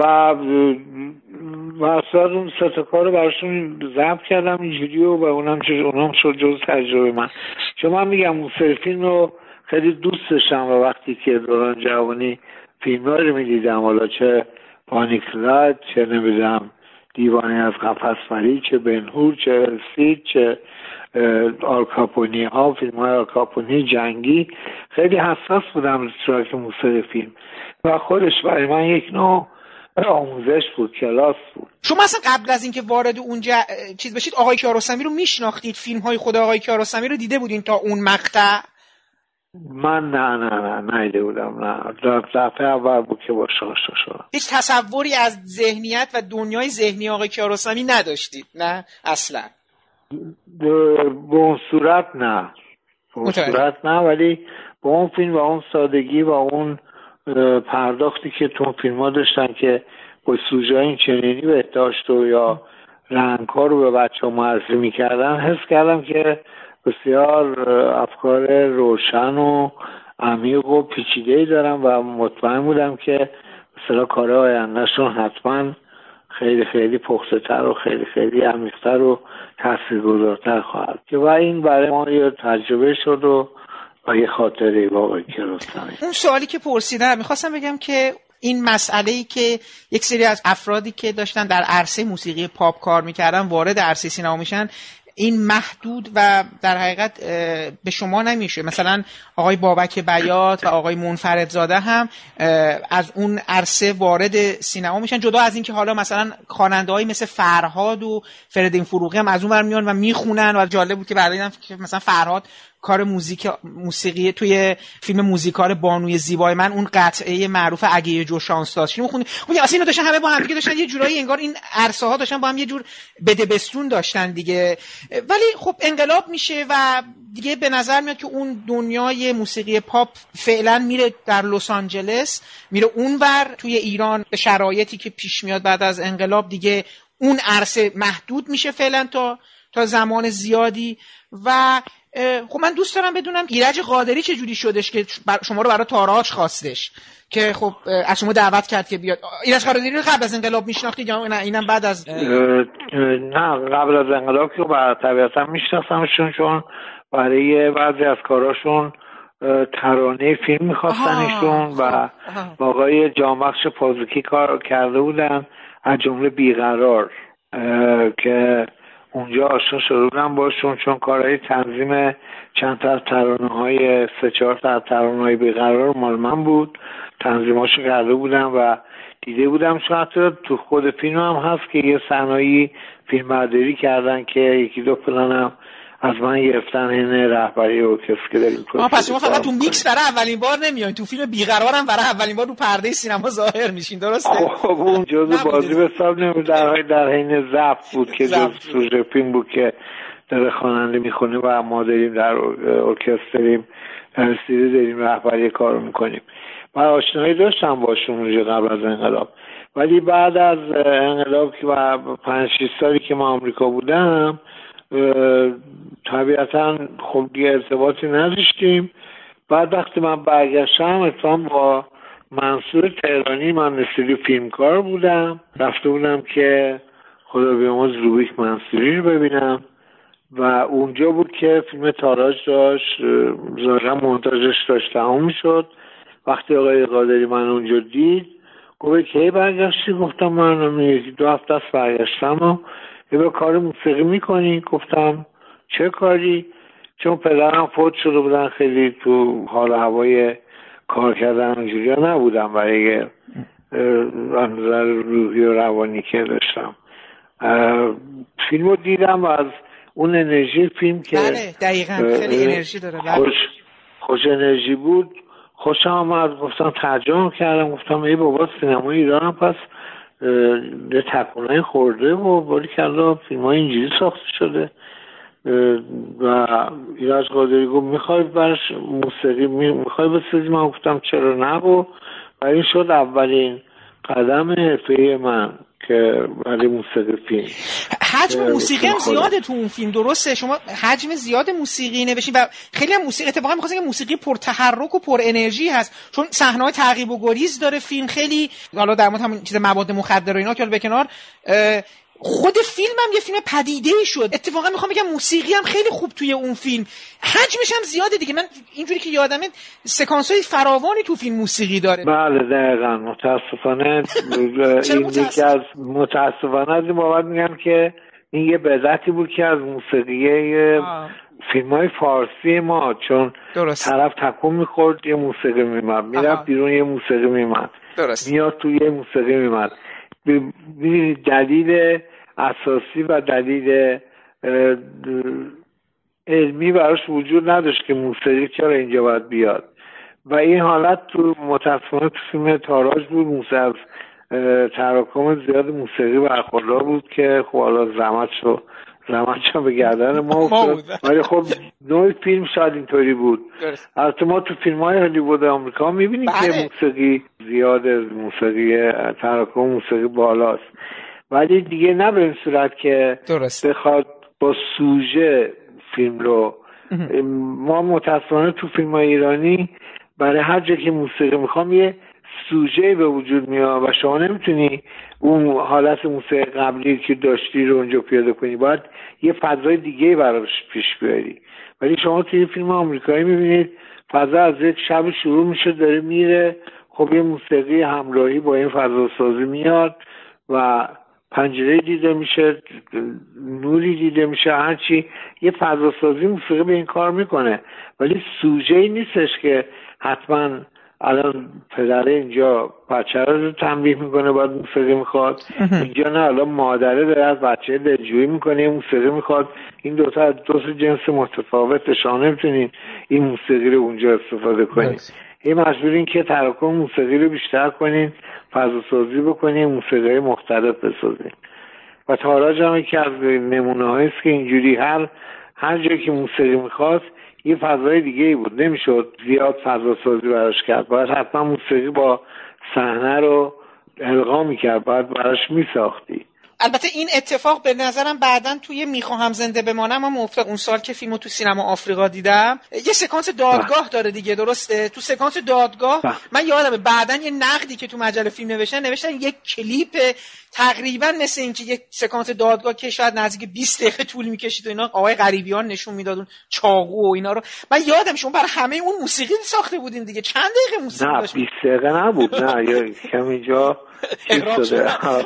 اصلا اون ستکار رو براشون ضبط کردم اینجوری و اونم شد جز تجربه من. چون من میگم اون سری فیلم رو خیلی دوست داشتم و وقتی که دوران جوانی فیلم ها رو میدیدم، حالا چه پانیکلاد، چه نمیدم دیوانه از قفس پری، چه بنهور، چه سید، چه آلکاپونی ها، فیلم های آلکاپونی جنگی، خیلی حساس بودم سراغ موسیقی فیلم و خودش برای من یک نوع آموزش بود، کلاس بود. شما اصلا قبل از اینکه وارد اونجا چیز بشید آقای کیارستمی رو میشناختید؟ فیلم های خود آقای کیارستمی رو دیده بودین تا اون مقطع؟ من نه نیده بودم، نه دفعه اول بود که باشه آشنا شدم. هیچ تصوری از ذهنیت و دنیای ذهنی آقای کیارستمی نداشتید؟ نه اصلا به اون صورت نه، ولی با اون فیلم و اون سادگی و اون پرداختی که تو فیلم ها داشتن که با سوژه این چنینی بهداشت و یا رنگ ها رو به بچه ها معرفی میکردن، حس کردم که بسیار افکار روشن و عمیق و پیچیده‌ای دارم و مطمئن بودم که مثلا کار آیندهشون حتما خیلی خیلی پخته‌تر و خیلی خیلی عمیق‌تر و تاثیرگذارتر خواهد که و این برای ما یه تجربه شد و یه خاطره واقعی که رستمی. اون سوالی که پرسیدم میخواستم بگم که این مسئله‌ای که یک سری از افرادی که داشتن در عرصه موسیقی پاپ کار میکردن وارد عرصه سینما میشن، این محدود و در حقیقت به شما نمیشه. مثلا آقای بابک بیات و آقای منفردزاده هم از اون عرصه وارد سینما میشن، جدا از این که حالا مثلا خواننده‌ای مثل فرهاد و فریدین فروغی هم از اون ور میان و میخونن و جالب بود که بعداً مثلا فرهاد کار موسیقی توی فیلم موزیکال بانوی زیبای من اون قطعه معروف اگه یه جور شانس داشت میخونی اصلا اینو داشتن همه با هم دیگه داشتن یه جورایی انگار این عرصه ها داشتن با هم یه جور بدبستون داشتن دیگه. ولی خب انقلاب میشه و دیگه به نظر میاد که اون دنیای موسیقی پاپ فعلا میره در لس آنجلس، میره اونور. توی ایران به شرایطی که پیش میاد بعد از انقلاب دیگه اون عرصه محدود میشه فعلا تا زمان زیادی. و خب من دوست دارم بدونم ایرج قادری چه جوری شدش که شما رو برای تاراج خواستش، که خب از شما دعوت کرد که بیاد. ایرج قادری رو قبل از انقلاب میشناختید یا نه اینم بعد از؟ نه قبل از انقلاب که طبیعتا میشناختمشون، چون برای بعضی از کاراشون ترانه فیلم میخواستنشون و با آقای جانبخش پازوکی کار کرده بودن، از جمله بیقرار که اونجا آشنا شده بودم باشون، چون کارهای تنظیم چند تا ترانه‌های 3-4 تا ترانه‌های بیقرار مال من بود، تنظیماشو کرده بودم و دیده بودم. چون حتی تو خود فیلم هم هست که یه صحنه‌ای فیلمبرداری کردن که یکی دو پلانم از من گرفتن این رهبری ارکستر که داریم. پس شما فقط تو میکس برای اولین بار نمیاین، تو فیلم بیقرار هم برای اولین بار رو پرده سینما ظاهر میشین، درسته؟ خب اون جزء بازی به حساب نمیاد، در حین ضبط بود که جزء سوژه فیلم بود که داره خواننده میخونه و ما داریم در ارکستر داریم در استودیو داریم رهبری کارو میکنیم. من آشنایی داشتم باشون اونجا قبل از انقلاب، ولی بعد از انقلاب که 5-6 سالی که ما آمریکا بودم طبیعتا خب دیگه ارتباطی نداشتیم. بعد وقتی من برگشتم اتفاقا با منصور تهرانی، من استودیو فیلمکار بودم، رفته بودم که خدا بیامرز روبیک منصوری رو ببینم و اونجا بود که فیلم تاراج داشت ظاهرا مونتاژش داشت تموم میشد. وقتی آقای قادری من اونجا دید گفت کی برگشتی؟ گفتم من 1-2 هفته است برگشتم و یه کار موسیقی میکنی؟ گفتم چه کاری؟ چون پدرم فوت شده بودن، خیلی تو حال هوای کار کردن اونجوری نبودم برای نظر روحی و روانی که داشتم. فیلمو دیدم و از اون انرژی فیلم که بله دقیقاً خیلی انرژی داره، خوش انرژی بود، خوشم آمد. گفتم ترجمه کردم، گفتم ای بابا سینمای ایران هم پس یه تکونای خورده و باری کلا فیلم های اینجوری ساخته شده. و ایرج قادری گفت میخوای برش موسیقی میخوای بسازی؟ من گفتم چرا نه و این شد اولین قدم حرفه‌ای من که برای موسیقی فیلم. حجم موسیقی هم زیاده تو اون فیلم، درسته؟ شما حجم زیاد موسیقی نوشتین و خیلی هم موسیقی اتفاقا می‌خواستن که موسیقی پرتحرک و پر انرژی هست، چون صحنه‌های تعقیب و گریز داره فیلم. خیلی حالا در مورد همون چیز مواد مخدر و اینا که به کنار، خود فیلم هم یه فیلم پدیده‌ای شد. اتفاقا میخوام بگم موسیقی هم خیلی خوب توی اون فیلم، حجمش هم زیاده دیگه. من اینجوری که یادمه سکانس‌های فراوانی تو فیلم موسیقی داره. بله دقیقاً. متاسفانه این دیگه از متاسفانه از این بابت میگم که این یه بدعتی بود که از موسیقی فیلم‌های فارسی ما، چون طرف تکون می‌خورد یه موسیقی می‌مد، میرفت بیرون یه موسیقی می‌مد، میاد توی یه موسیقی می‌مد. ببینید دلیل اساسی و دلیل علمی براش وجود نداشت که موسیقی چرا اینجا باید بیاد و این حالت تو متاسفانه تو فیلم تاراج بود. موسیقی از تراکم زیاد موسیقی برخوردار بود که خب حالا زحمتشو به گردن ما افتاد، ولی خب نوع فیلم شاید اینطوری بود. البته ما تو فیلم‌های هالیوود آمریکا می‌بینیم که موسیقی زیاد، موسیقی تراکم موسیقی بالاست، ولی دیگه نه به این صورت که بخواد با سوژه فیلم رو. ما متأسفانه تو فیلم‌های ایرانی برای هر جا که موسیقی می‌خوام یه سوژه به وجود میاد و شما نمیتونی اون حالت موسیقی قبلی که داشتی رو اونجا پیاده کنی، باید یه فضای دیگه براش پیش بیاری. ولی شما توی فیلم آمریکایی میبینید فضا از یک شب شروع میشه داره میره، خب یه موسیقی همراهی با این فضا سازی میاد و پنجره دیده میشه، نوری دیده میشه، هرچی یه فضاسازی موسیقی به این کار میکنه، ولی سوژه‌ای نیستش که حتما الان پدره اینجا بچه رو تنبیه میکنه باید موسیقی میخواد، اینجا نه الان مادره داره از بچه دلجویی میکنه موسیقی میخواد. این دو جنس متفاوته، شما نمیتونین این موسیقی رو اونجا استفاده کنین. این مجبورین که تراکم موسیقی رو بیشتر کنین، فضاسازی بکنین، موسیقی مختلف بسازین. و تاراج هم یکی از نمونه هاییست که اینجوری هر جایی که موسیقی میخواست یه فضای دیگه ای بود، نمیشد زیاد فضاسازی براش کرد، باید حتما موسیقی با صحنه رو القا میکرد، باید براش میساختی. البته این اتفاق به نظرم بعداً توی میخواهم زنده بمانم هم افتاد. اون سال که فیلمو تو سینما آفریقا دیدم، یه سکانس دادگاه داره دیگه، درسته؟ تو سکانس دادگاه من یادمه بعداً یه نقدی که تو مجله فیلم نوشتن یک کلیپ تقریبا مثل این که یک سکانس دادگاه که شاید نزدیک 20 دقیقه طول میکشید و اینا، آقای غریبیان نشون میداد اون چاقو و اینا رو. من یادم شما برای همه اون موسیقی ساخته بودین دیگه. چند دقیقه موسیقی داشت؟ نه 20 دقیقه نبود، نه یا کم اینجا اقرام شده.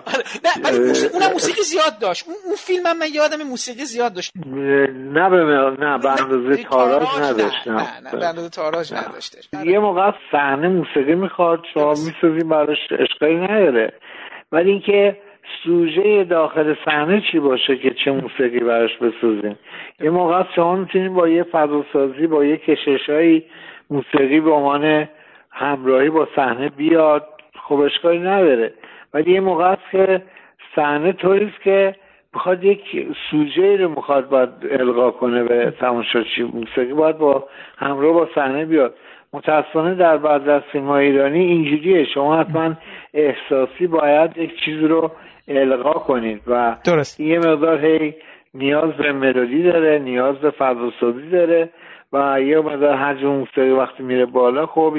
نه ولی اونم موسیقی زیاد داشت. اون فیلم هم من یادم موسیقی زیاد داشت. نه به اندازه تاراج نداشت. نه به اندازه تاراج نداشتش. یه موقع صحنه موسیقی میخواد شما میسازین براش، اشکالی نداره، ولی اینکه سوژه داخل صحنه چی باشه که چه موسیقی براش بسازین. یه موقع شما میتونین با یه فضاسازی، با یه کششایی موسیقی به عنوان همراهی با صحنه بیاد، خب اشکالی نداره، ولی یه موقع است که صحنه طوریست که بخواد یک سوژه رو باید القا کنه به تماشاچی، موسیقی باید با همراه با صحنه بیاد. متاسفانه در بعضی از فیلم‌های ایرانی اینجوریه، شما حتما احساسی باید یک چیز رو القا کنید و درست. یه مقدار نیاز به ملودی داره، نیاز به فضاسازی داره و یه مقدار حجم موسیقی وقتی میره بالا، خب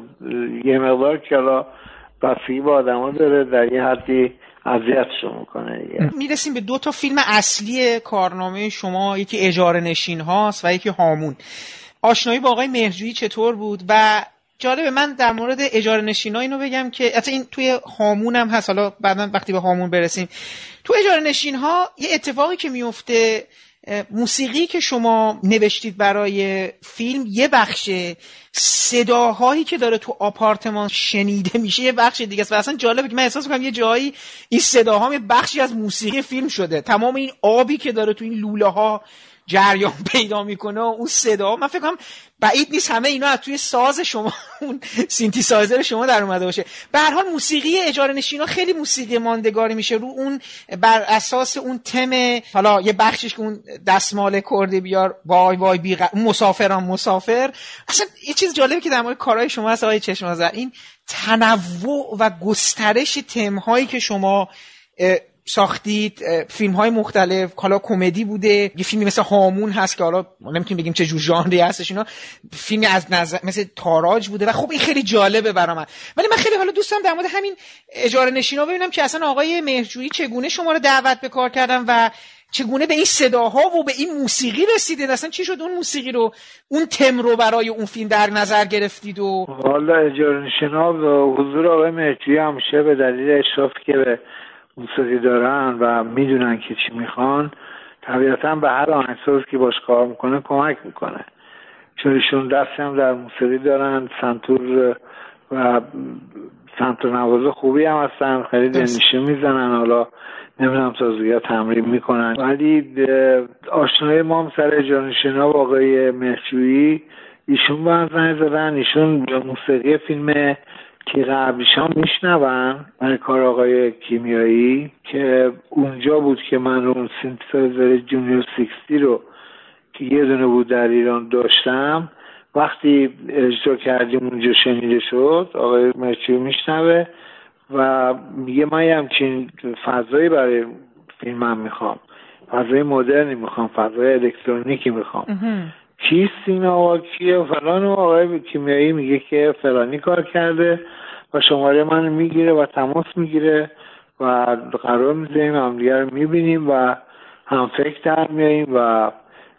یه مقدار که حالا بستگی با آدم ها داره، در یه حدی اذیتشون میکنه. میرسیم به 2 فیلم اصلی کارنامه شما، یکی اجاره نشین هاست و یکی هامون. آشنایی با آقای مهرجویی چطور بود؟ و جالبه من در مورد اجاره نشینا اینو بگم که حتی این توی هامون هم هست، حالا بعداً وقتی به هامون برسیم. تو اجاره نشین ها یه اتفاقی که میفته، موسیقی که شما نوشتید برای فیلم یه بخش، صداهایی که داره تو آپارتمان شنیده میشه یه بخش دیگه است و اصلا جالبه که من احساس میکنم یه جایی این صداها یه بخشی از موسیقی فیلم شده. تمام این آبی که داره تو این لوله ها جریان پیدا میکنه و اون صدا، من فکر کنم بعید نیست همه اینا از توی ساز شما، اون سینتی سایزر شما در اومده باشه. به هر حال موسیقی اجاره نشینا خیلی موسیقی ماندگاری میشه رو اون، بر اساس اون تم، حالا یه بخشش که اون دستمال کرده بیار وای وای مسافران مسافر. اصلا یه چیز جالبی که در مورد کارهای شما هست آقای چشم‌آذر، این تنوع و گسترش تم‌هایی که شما ساختید، فیلم‌های مختلف، حالا کمدی بوده، یه فیلمی مثل هامون هست که حالا نمیتونیم بگیم چه جور ژانری هستش اینا، فیلمی از نظر مثل تاراج بوده و خب این خیلی جالبه برام. ولی من خیلی حالا دوستم در مورد همین اجاره نشینا ببینم که اصلا آقای مهرجویی چگونه شما رو دعوت به کار کردن و چگونه به این صداها و به این موسیقی رسیدید، اصلا چی شد اون موسیقی رو، اون تم رو برای اون فیلم در نظر گرفتید؟ و والا اجاره نشینا و حضور آقای مهرجویی همیشه به دلیل اشرافی که به موسیقی دارن و میدونن که چی میخوان، طبیعتا به هر آهنگساز که باش کار میکنه کمک میکنه، چون ایشون دستی هم در موسیقی دارن، سنتور و سنتور نواز خوبی هم هستن، خیلی دلنشین میزنن، حالا نمیدونم تازگی تمرین میکنن. ولی آشنای ما سر اجاره نشینا با آقای مهرجویی، ایشون با هم زنگ زدن، ایشون به موسیقی فیلم که قبلیشان میشنون برای کار آقای کیمیایی که اونجا بود که من رو اون سینتسایزر جونیور 60 رو که یه دونه بود در ایران داشتم، وقتی اجرا کردیم اونجا شنیده شد، آقای مهرجویی میشنوه و میگه من یه همچین فضایی برای فیلمم میخوام، فضای مدرنی میخوام، فضای الکترونیکی میخوام. کیست این آقا کیه فلان، و آقای کیمیایی میگه که فلانی کار کرده و شماره من میگیره و تماس میگیره و قرار میذاریم هم دیگر رو میبینیم و هم فکر در میاییم و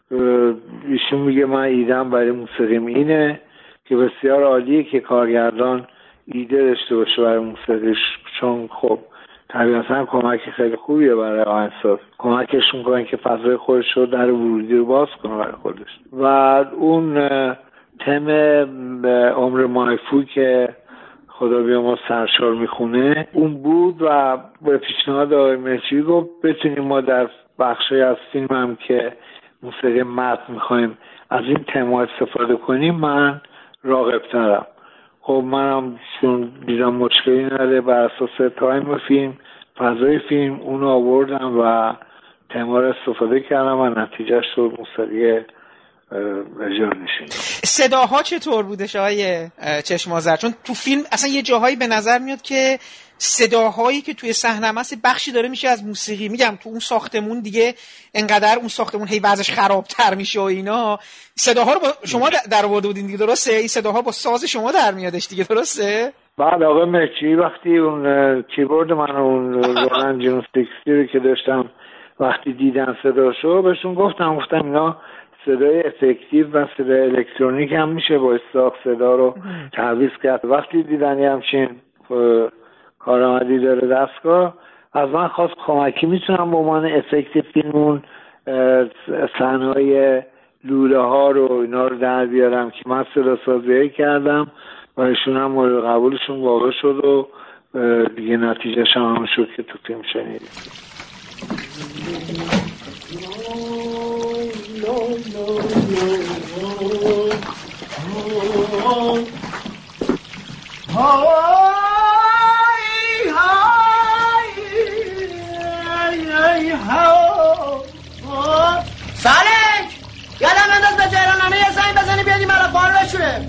ایشون میگه من ایدم برای موسیقیم اینه که بسیار عالیه که کارگردان ایده داشته باشه برای موسیقیش، چون خب طبیعتا کمک خیلی خوبیه برای آهنگساز، کمکش میکنه که فضای خودش رو در ورودی رو باز کنه برای خودش. و اون تم عمر مایفو که خدا بیامرز سرشار میخونه اون بود و به پیشنهاد آقای مهرچی گفت بتونیم ما در بخشی از فیلم هم که موسیقی متن میخوایم از این تما استفاده کنیم من راغب‌ترم. خب منم چون دیدم مشکلی نداره بر اساس تایم فیلم فضای فیلم اونو آوردم و تما رو استفاده کردم و نتیجهش شد موسیقی اجرانشین. صداها چطور بوده آقای چشم آذر؟ چون تو فیلم اصلا یه جاهایی به نظر میاد که صداهایی که توی صحنه است بخشی داره میشه از موسیقی. میگم تو اون ساختمون دیگه انقدر اون ساختمون هی وضعش خرابتر میشه و اینا، صداها رو با شما در آورده بودین دیگه، درسته؟ این صداها با ساز شما در میادش دیگه، درسته؟ بعد آقای مهرچی وقتی اون کیبورد من اون رولند جون 60 که داشتم وقتی دیدن صداشو بهشون گفتم اینا صدای افکتیو و صدای الکترونیک هم میشه با استاق صدا رو تعویض کرد. وقتی دیدن یه همچین کارآمدی داره دستگاه، از من خواست کمکی میتونم با من افکت فیلمون صحنه‌های لوله ها رو اینا رو در بیارم که من صدا سازی کردم و ایشون هم مورد قبولشون واقع شد و دیگه نتیجهش هم شد که تو فیلم شنیدیم. سالک یادم انداز به جهرانامه یه زنگ بزنی بیادی مرا بار بشوره.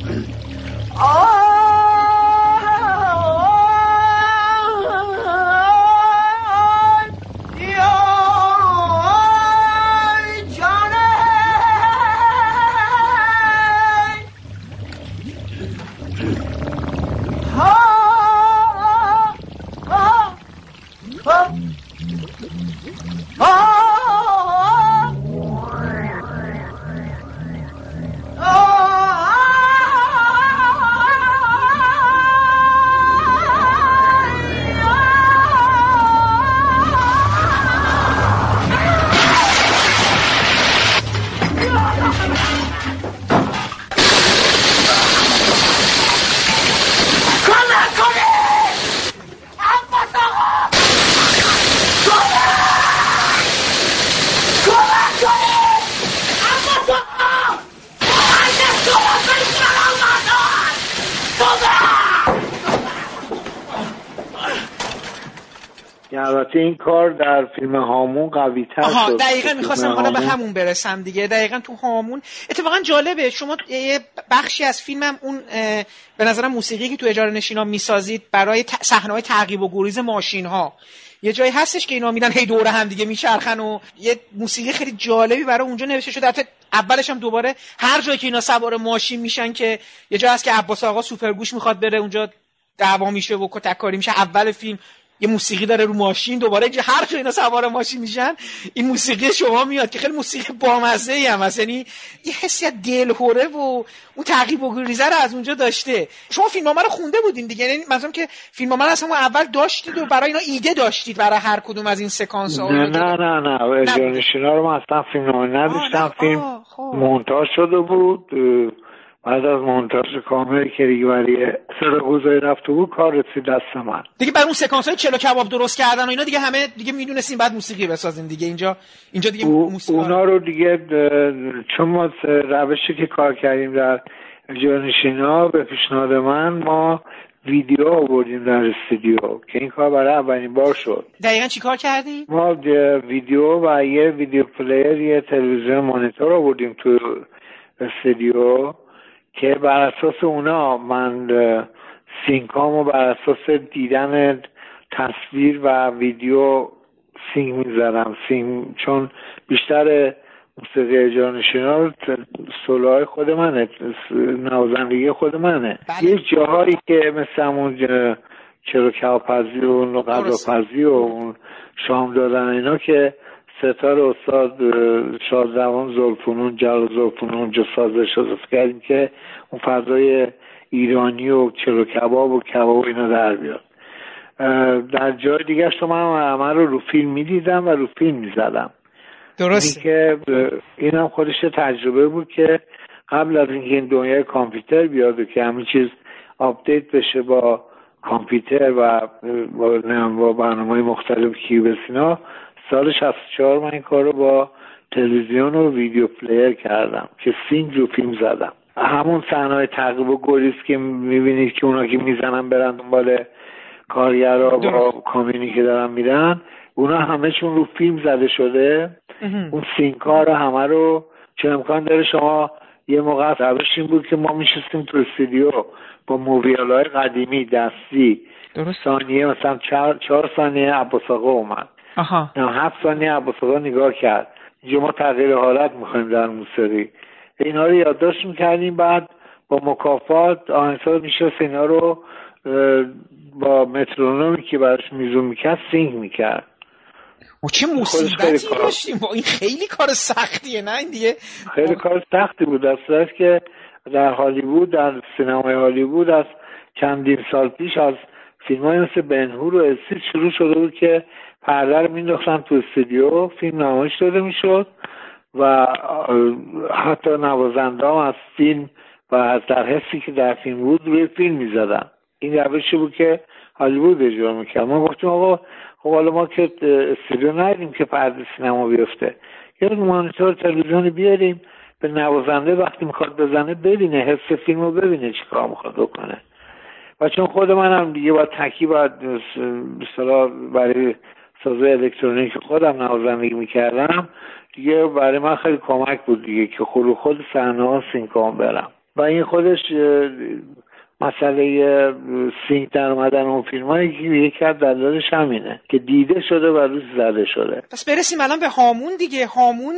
البته این کار در فیلم هامون قوی تر شد. دقیقا میخواستم حالا به همون برسم دیگه. دقیقا تو هامون اتفاقا جالبه شما یه بخشی از فیلمم اون به نظرم موسیقی که تو اجاره نشینا میسازید برای صحنه‌های تعقیب و گریز ماشین ها یه جایی هستش که اینا میرن هی دوره هم دیگه میچرخن و یه موسیقی خیلی جالبی برای اونجا نوشته شده. البته اولش هم دوباره هر جایی که اینا سوار ماشین میشن که یه جا هست که عباس آقا سوپرگوش میخواد بره اونجا دعوا میشه و کتککاری میشه، اول فیلم یه موسیقی داره رو ماشین، دوباره هر جا اینا سوار ماشین میشن این موسیقی شما میاد که خیلی موسیقی بامزه‌ای هم هست، یعنی یه حسی از دلهوره و اون تعقیب و گریزه رو از اونجا داشته. شما فیلمنامه رو خونده بودین دیگه، یعنی مثلا که فیلمنامه رو اصلا اول داشتید و برای اینا ایده داشتید برای هر کدوم از این سکانس ها؟ نه اجاره نشینا رو من اصلا فیلمنامه نداشتم. فیلم مونتاژ شده بود، بعد از مونتاژ کامل که ریگوری صداگذاری رفته بود کار رسید دست من دیگه. برای اون سکانس های چلو کباب درست کردن و اینا دیگه همه دیگه میدونستیم بعد موسیقی بسازیم دیگه. اینجا دیگه موسیقی اونا رو دیگه چون ما روشی که کار کردیم در اجاره نشینا به پیشنهاد ما ویدیو آوردیم در استودیو که این کار برای اولین بار شد. دقیقاً چی کار کردیم؟ ما ویدیو و یه ویدیو پلیر، یه تلویزیون مانیتور آوردیم تو استودیو که بر اساس اونا من سینکامو بر اساس دیدن تصویر و ویدیو سینک میزنم. چون بیشتر موسیقی اجاره نشینا رو سولوهای خود منه، نوازندگی خود منه. یه جاهایی که مثل همون چلو کباب‌پزی و غذاپزی و اون شام دادن اینا که ستار استاد شادروان زلفنون جلال زلفنون اونجا سازش اضافه کردیم که اون فضای ایرانی و چلو کباب و کباب اینا در بیاد. در جای دیگه شما من رو فیلم میدیدم و رو فیلم میزدم. درسته که اینم خودش تجربه بود که قبل از اینکه این دنیای کامپیوتر بیاد و که همین چیز آپدیت بشه با کامپیوتر و با برنامه‌های مختلف کیوبس اینا، سال 64 من این کار رو با تلویزیون و ویدیو پلیر کردم که سینگ رو فیلم زدم. همون صحنه‌های تعقیب و گریز که میبینید که اونا که میزنن برن دنبال کارگرها با کامیونی که دارن میرن، اونا همه چون رو فیلم زده شده. اون سینک‌ها رو همه رو چه امکان داره شما یه موقع روش این بود که ما میشستیم تو استودیو با موویال‌های قدیمی دستی، ثانیه مثلا 4 ثانیه عباس آقا اومد، 7 ثانیه عباس آقا نگاه کرد، اینجا ما تغییر حالت میخوایم در موسیقی، اینا رو یادداشت میکردیم، بعد با مکافات آهنگساز میشست اینا رو با مترونومی که براش میزون میکرد سینگ میکرد. و چه مصیبتی داشتیم با این، خیلی کار سختیه نه این دیگه؟ خیلی کار سختی بود، در صورتی که در هالیوود، در سینمای هالیوود از چندین سال پیش از فیلم‌های مثل بن‌هور و استیل شروع شده بود که پرده رو مینداختن تو استودیو، فیلم نمایش داده میشد و حتی نوازنده هم از فیلم و از در حسی که در فیلم بود روی فیلم میزدن. این روشی بود که هالیوود اجرا میکرد. ما گفتیم آقا خب حالا ما که استودیو نداریم که پرده سینما بیفته، یه مانیتور تلویزیونی بیاریم به نوازنده وقتی میخواد بزنه ببینه، حس فیلم رو ببینه چی کار میخواد بکنه. و چون خود منم دیگه با تکی باید بسیار برای سازه الکترونیک خودم نوازندگی میکردم دیگه، برای من خیلی کمک بود دیگه که خود صحنه ها سینکام برم. و این خودش مسئله سینک در اومدن اون فیلمایی که یکی از دلایلش همینه که دیده شده و روش زده شده. پس برسیم الان به هامون دیگه. هامون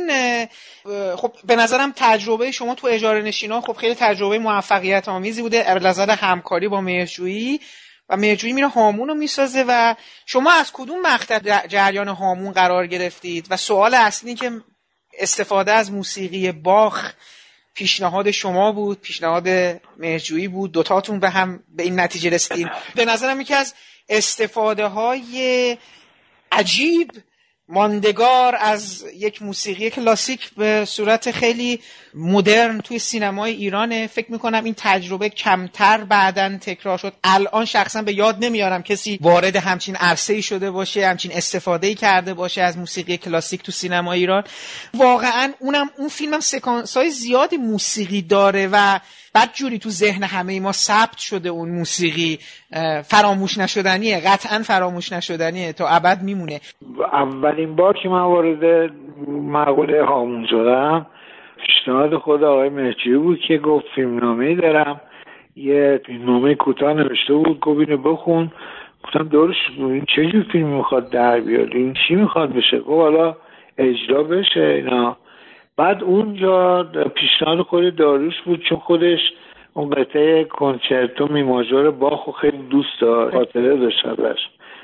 خب به نظرم تجربه شما تو اجاره نشینا خب خیلی تجربه موفقیت آمیزی بوده، از همکاری با مهرجویی و مهرجویی میره هامون رو میسازه و شما از کدوم مقطع جریان هامون قرار گرفتید؟ و سوال اصلی که استفاده از موسیقی باخ پیشنهاد شما بود، پیشنهاد مهرجویی بود، دوتاتون به هم به این نتیجه رسیدین؟ به نظرم یکی از استفاده های عجیب ماندگار از یک موسیقی کلاسیک به صورت خیلی مدرن توی سینمای ایرانه. فکر میکنم این تجربه کمتر بعداً تکرار شد. الان شخصا به یاد نمیارم کسی وارد همچین عرصه‌ای شده باشه، همچین استفاده‌ای کرده باشه از موسیقی کلاسیک تو سینمای ایران. واقعاً اون فیلمم سکانس‌های زیادی موسیقی داره و بعد جوری تو ذهن همه ما ثبت شده اون موسیقی، فراموش نشدنیه، قطعاً فراموش نشدنیه، تا ابد میمونه. اولین بار که من وارد مقوله هامون شدم پیشنهاد خود آقای مهرجویی بود که گفت فیلمنامه‌ای دارم، یه فیلمنامه کوتاه نوشته بود، گفت اینو بخون. گفتم دورش این چه جور فیلمی میخواد در بیاد، این چی میخواد بشه؟ گفت حالا اجرا بشه اینا. بعد اونجا پیشنهاد خود داریوش بود، چون خودش اون قطعه کنچرتو می ماژور باخو خیلی دوست داشت، خاطره داشت ازش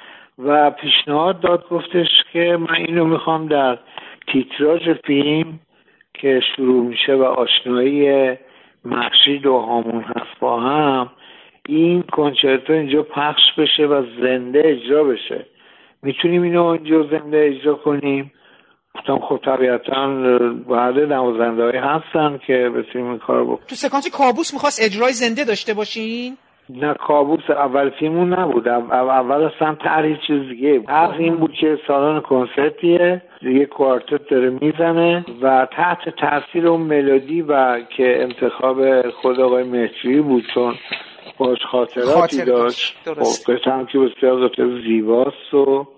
و پیشنهاد داد، گفتش که من اینو میخوام در تیتراژ فیلم که شروع میشه و آشنایی مخشید و هامون هست با هم، این کنچرتو اینجا پخش بشه و زنده اجرا بشه. میتونیم اینو اینجا زنده اجرا کنیم؟ گفتم خب طبیعتاً بعد نوازنده‌هایی هستن که بتونیم این کار بکنیم. تو سکانس کابوس میخواست اجرای زنده داشته باشین؟ نه، کابوس اول فیلمون نبود، اول اصلا طرح چیز دیگه بود. این بود که سالن کنسرتیه، یه کوارتت داره میزنه و تحت تاثیر اون ملودی و که انتخاب خود آقای مهرجویی بود، چون باش خاطراتی داشت، قطعه که بسیار قطعه زیباست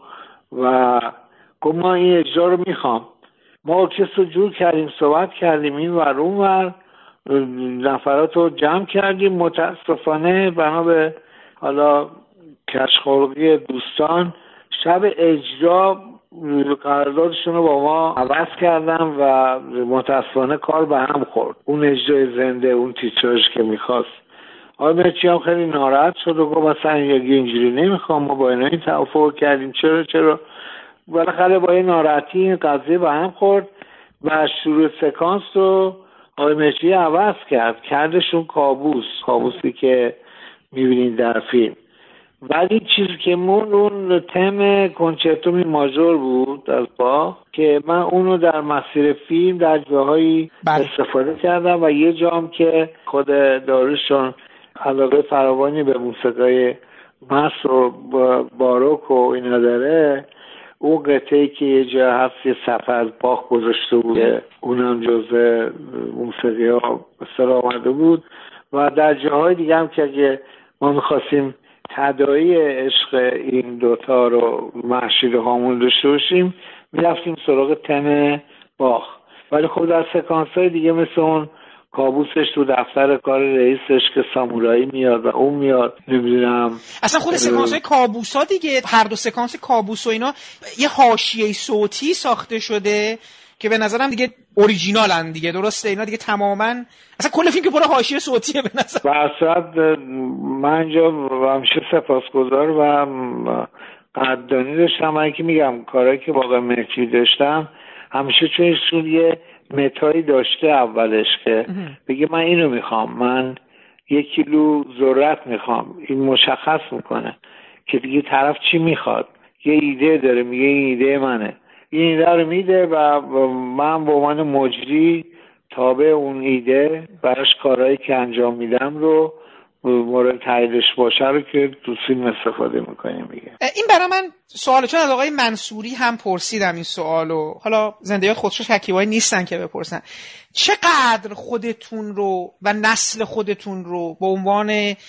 و گفت ما این اجرا رو میخوام. ما ارکستر رو جور کردیم، صحبت کردیم این ور اون ور، نفرات رو جمع کردیم. متاسفانه بنا به حالا کشخلقی دوستان شب اجرا قراردادشون رو با ما عوض کردن و متاسفانه کار به هم خورد. اون اجرای زنده، اون تیتراژ که میخواست، آقای مهرجویی هم خیلی ناراحت شد و گفت مثلا اینجوری نمیخوام، ما با اینا این توافق کردیم، چرا بالاخره با این ناراحتی این قضیه به هم خورد و شروع سکانس رو آقای مهرجویی عوض کردشون کابوسی که میبینید در فیلم ولی چیزی که اون تم کنچرتو می ماژور بود از باخ که من اونو در مسیر فیلم در جاهایی استفاده کردم و یه جام که خود داروشون علاقه فراوانی به موسیقی مصر و باروک و اینا داره، اون قطعه‌ای که یه جا هست یه صفحه از باخ گذاشته بود، اونم جزء موسیقی ها بسر آمده بود و در جاهای دیگه هم که اگه ما میخواستیم تداعی عشق این دوتا رو مهشید هامون داشته باشیم میرفتیم سراغ تم باخ. ولی خب در سکانس های دیگه مثل اون کابوسش تو دفتر کار رئیسش که سامورایی میاد و اون میاد، نمیدونم اصلا خود سکانس های کابوس ها دیگه، هر دو سکانس کابوس و اینا یه حاشیه صوتی ساخته شده که به نظرم دیگه اوریجینالن دیگه، درسته؟ اینا دیگه تماما اصلا کل فیلم که پر حاشیه صوتیه به نظر. و اصلا من اینجا همیشه سپاسگزار و قدردانی داشتم. من که میگم کارهایی که واقعا مرچی داشتم همیشه چون یه متایی داشته اولش که بگه من اینو میخوام، من 1 کیلو ذرت میخوام، این مشخص میکنه که دیگه طرف چی میخواد، یه ایده داره میگه این ایده منه، این ایده رو میده و من به عنوان مجری تابع اون ایده براش کارهایی که انجام میدم رو مورد تاییدش باشه رو که تو فیلم استفاده میکنیم میگه. این برای من سواله، چون از آقای منصوری هم پرسیدم این سوالو، حالا زندگی خودشو شکیبایی نیستن که بپرسن. چقدر خودتون رو و نسل خودتون رو به عنوان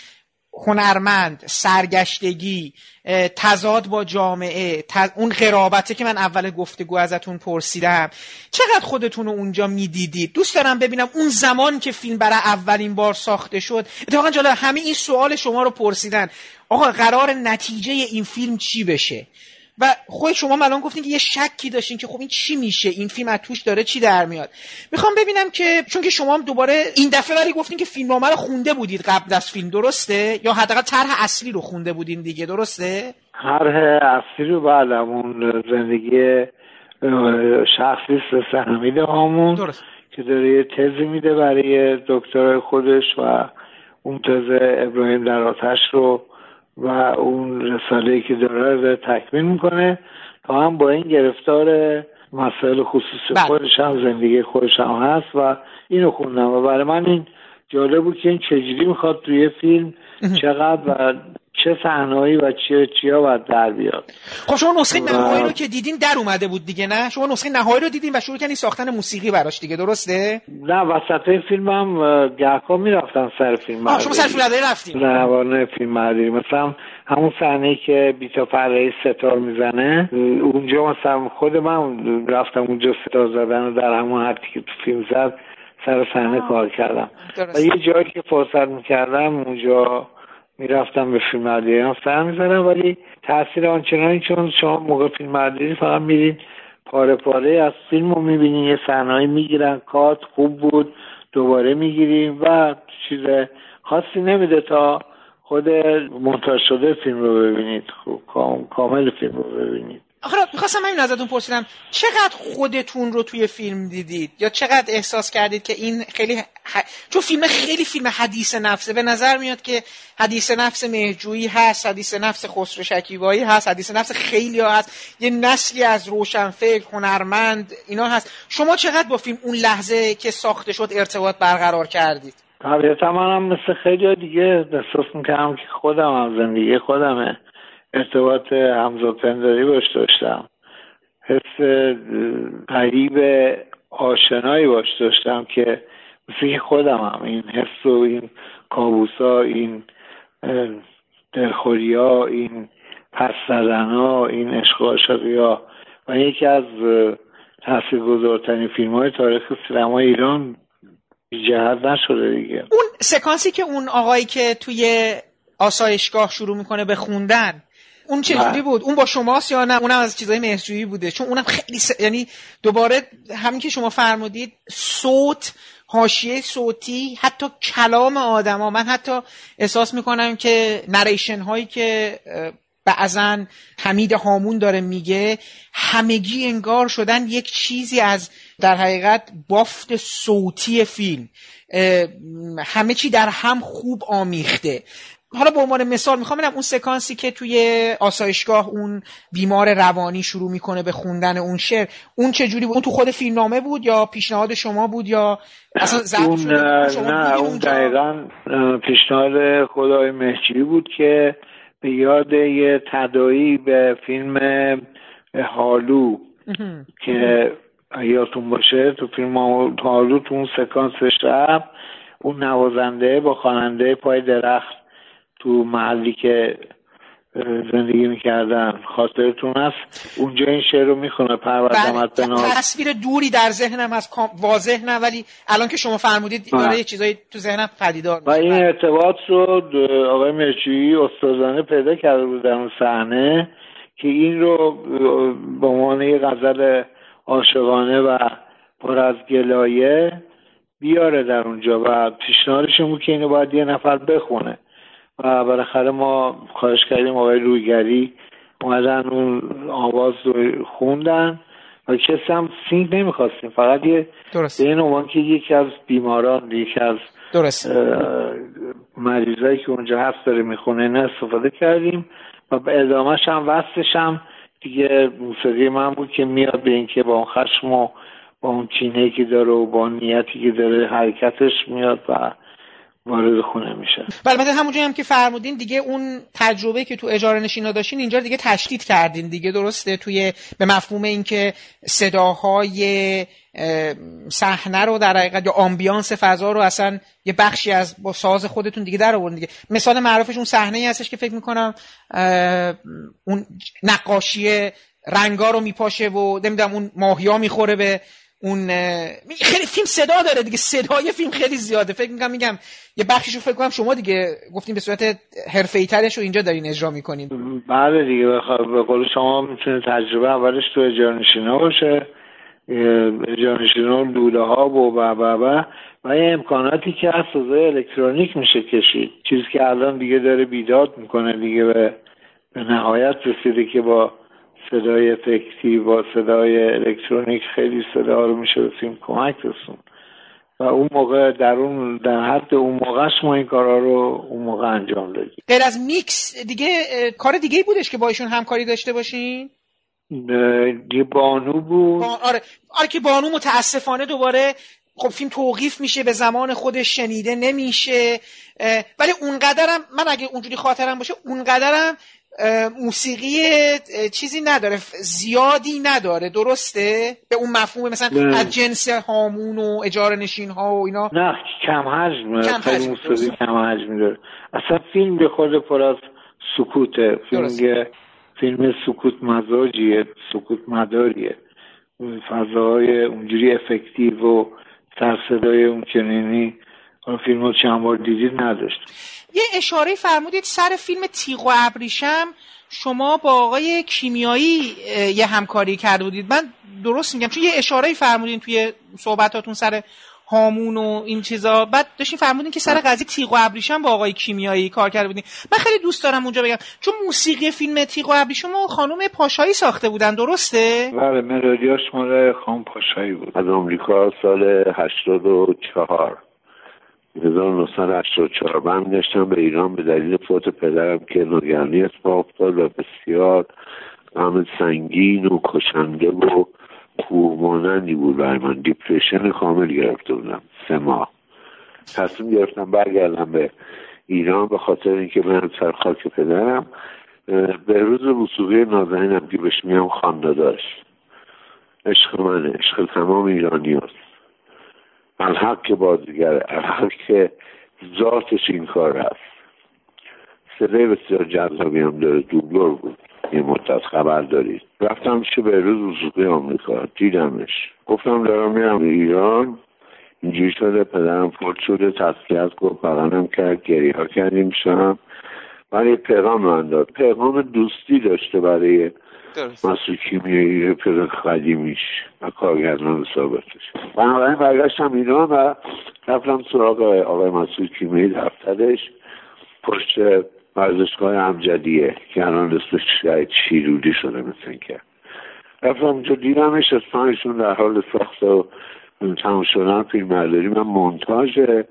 هنرمند، سرگشتگی، تضاد با جامعه، اون قرابته که من اول گفتگو ازتون پرسیدم، چقدر خودتون رو اونجا میدیدید؟ دوست دارم ببینم اون زمان که فیلم برای اولین بار ساخته شد، اتفاقا جالب همه این سوال شما رو پرسیدن آقا قرار نتیجه این فیلم چی بشه، و خود شما الان گفتین که یه شکی داشتین که خب این چی میشه، این فیلم از توش داره چی در میاد. میخوام ببینم که چون که شما هم دوباره این دفعه ولی گفتین که فیلمنامه رو خونده بودید قبل از فیلم، درسته؟ یا حداقل طرح اصلی رو خونده بودین دیگه، درسته؟ طرح اصلی رو بعد اون زندگی شخصی حمید هامون درست. که داره یه تزی میده برای دکترای خودش و اون تز ابراهیم در آتش رو و اون رساله‌ای که داره تکمیل میکنه تا هم با این گرفتار مسائل خصوصی خودش هم زندگی خودش هم هست و اینو خوندم و برای من این جالب بود که این چجوری میخواد توی فیلم چقدر و چه صحنه‌ای و چیا باید در بیاد. خب شما نسخه نهایی رو که دیدین در اومده بود دیگه، نه؟ شما نسخه نهایی رو دیدین و شروع کردین ساختن موسیقی براش دیگه، درسته؟ نه وسط فیلمم گهکا میرفتن سر فیلم. شما سر فیلم رفتین؟ نه فیلم برداری مثلا همون صحنه‌ای که بیتا فرعی ستار میزنه اونجا مثلا خود من رفتم اونجا ستار زدن و در همون حدی که تو فیلم زد سر صحنه کار کردم و یه جایی که فرصت میکردم اونجا میرفتم به فیلم برداری هم سر میزنم، ولی تاثیر آنچنانی چون شما موقع فیلم برداری فقط میرین پاره پاره از فیلم رو میبینین، یه صحنه‌ای میگیرن کات خوب بود دوباره میگیریم و چیز خاصی نمیده تا خود مونتاژ شده فیلم رو ببینید، کامل فیلم رو ببینید. آخه می‌خواستم همین ازتون پرسیدم چقدر خودتون رو توی فیلم دیدید یا چقدر احساس کردید که این خیلی چون خیلی فیلم حدیث نفسه، به نظر میاد که حدیث نفس مهرجویی هست، حدیث نفس خسرو شکیبایی هست، حدیث نفس خیلی ها هست، یه نسلی از روشنفکر هنرمند اینا هست. شما چقدر با فیلم اون لحظه که ساخته شد ارتباط برقرار کردید؟ طبیعتا منم مثل خیلی دیگه احساس می‌کردم که خودم هم زندگی خودمه، ارتباط همزادپنداری باش داشتم، حس قریب آشنایی باش داشتم که مثل خودم هم این حس و این کابوسا، این دلخوریا، این پس زدنها، این عشق عاشقی‌ها و یکی از تاثیرگذارترین فیلم‌های تاریخ سینما ایران جهت نشده دیگه. اون سکانسی که اون آقایی که توی آسایشگاه شروع میکنه به خوندن، اون چجوری بود؟ اون با شماست یا نه اونم از چیزای مهرجویی بوده؟ چون اونم خیلی یعنی دوباره همین که شما فرمودید صوت، حاشیه صوتی، حتی کلام آدما، من حتی احساس میکنم که نریشن هایی که بعضن حمید هامون داره میگه همگی انگار شدن یک چیزی از در حقیقت بافت صوتی فیلم، همه چی در هم خوب آمیخته. حالا به عنوان مثال میخوام ببینم اون سکانسی که توی آسایشگاه اون بیمار روانی شروع میکنه به خوندن اون شعر، اون چه جوری بود؟ اون تو خود فیلمنامه بود یا پیشنهاد شما بود یا اصلا ضبط شده شما نه اون دقیقاً پیشنهاد خدای مهجوی بود که به یاد یه تداعی به فیلم هالو که یادتون باشه تو فیلم هالو تو اون سکانس شب اون نوازنده با خواننده پای درخت تو محلی که زندگی میکردن خاطرتون هست اونجا این شعر رو میخونه پروردمت به ناز. تصویر دوری در ذهنم از واضح نه، ولی الان که شما فرمودید داره یه چیزایی تو ذهنم پدیدار میشه. و این ارتباط رو آقای مرچی استادانه پیدا کرده بود در اون صحنه که این رو به عنوان یه غزل عاشقانه و پر از گلایه بیاره در اونجا و پیشنهادش بود که اینو باید یه نفر بخونه و بالاخره ما خواهش کردیم آقای رویگری اومدن اون آواز رو خوندن و کسی هم سینگ نمیخواستیم، فقط یه به این عنوان که یکی از بیماران یکی از مریضایی که اونجا هست داره میخونه این استفاده کردیم و به ادامهش هم وصلش هم دیگه موسیقی من بود که میاد به این که با اون خشم و با اون کینه‌ای که داره و با نیتی که داره حرکتش میاد و وارد خونه میشه. بله مثلا همونجایی هم که فرمودین دیگه اون تجربه که تو اجاره نشینا داشتین اینجا دیگه تشدید کردین دیگه، درسته؟ توی به مفهوم این که صداهای صحنه رو در حقیقت یا آمبیانس فضا رو اصلا یه بخشی از با ساز خودتون دیگه در آوردین دیگه. مثال معروفش اون صحنه‌ای هستش که فکر می‌کنم اون نقاشی رنگا رو میپاشه و نمیدونم اون ماهیا میخوره به اون خیلی فیلم صدا داره دیگه، صدای فیلم خیلی زیاده. فکر میگم یه بخشیشو فکر کنم شما دیگه گفتین به صورت حرفه‌ای‌ترش رو اینجا دارین اجرا میکنین. بله دیگه به قول شما میتونه تجربه اولش تو اجاره نشینا باشه، اجاره نشینا لوله ها و یه امکاناتی که از سازهای الکترونیک میشه کشید، چیزی که الان دیگه داره بیداد میکنه دیگه به نهایت رسیده که با صدای افکتی با صدای الکترونیک خیلی صدا رو میشه به فیلم کمک رسون و اون موقع در حد اون موقعش ما این کارا رو اون موقع انجام دادیم. غیر از میکس دیگه کار دیگه بودش که با ایشون همکاری داشته باشین؟ دیگه بانو بود. آره که بانو متاسفانه دوباره خب فیلم توقیف میشه، به زمان خودش شنیده نمیشه، ولی اونقدرم من اگه اونجوری خاطرم باشه اونقدرم موسیقی چیزی نداره، زیادی نداره، درسته؟ به اون مفهوم مثلا از جنس هامون و اجاره نشین ها و اینا. نه کم حجم، خیلی موسیقی کم حجم داره. اصلا فیلم به خود پر از سکوته، فیلم سکوت مزاجیه، سکوت مداریه، فضاهای اونجوری افکتیو و سرصدای اون چنینی فیلم رو چند بار دیدید نداشت. یه اشاره فرمودید سر فیلم تیغ و ابریشم شما با آقای کیمیایی یه همکاری کرده بودید، من درست میگم؟ چون یه اشاره فرمودین توی صحبتاتون سر هامون و این چیزا، بعد داشتین فرمودین که سر قضیه تیغ و ابریشم با آقای کیمیایی کار کرده بودین. من خیلی دوست دارم اونجا بگم چون موسیقی فیلم تیغ و ابریشم خانم پاشایی ساخته بودن، درسته؟ بله ملودیاش مال خانم پاشایی بود. از آمریکا سال 84 1984 من گشتم به ایران به دلیل فوت پدرم که ناگهانی اتفاق افتاد و بسیار غم سنگین و کشنده و کوهمانندی بود برای من. دیپرشن کامل گرفته بودم 3 ماه. تصمیم گرفتم برگردم به ایران به خاطر اینکه من سر خاک پدرم به روز وثوقی نازنینم که بهش میگم خانداداش، عشق منه، عشق تمام ایرانی هست، الحق که بازیگره، الحق که ذاتش این کار هست. صدای بسیار جذابی هم داره، دوبلور بود. یه مدت خبر دارید. رفتم چه به روز وثوقی آمریکا دیدمش، گفتم دارم میرم ایران، اینجوری شده پدرم فوت شده، تسلیت گفت بغنم کرد، گریه ها کردیم شم، ولی پیغام من داد، پیغام دوستی داشته برای مسئول کیمیایی پدر قدیمیش و کارگردان ثابتش. بنابراین برگشتم ایران و رفتم سراغ آقای مسئول کیمیایی دفترش پشت ورزشگاه امجدیه که الان اسمش شاید شیرودی شده مثل که. رفتم اونجا دیدمش، اسپانشون در حال ساخت و تمام شدن فیلم برداری. من مونتاژ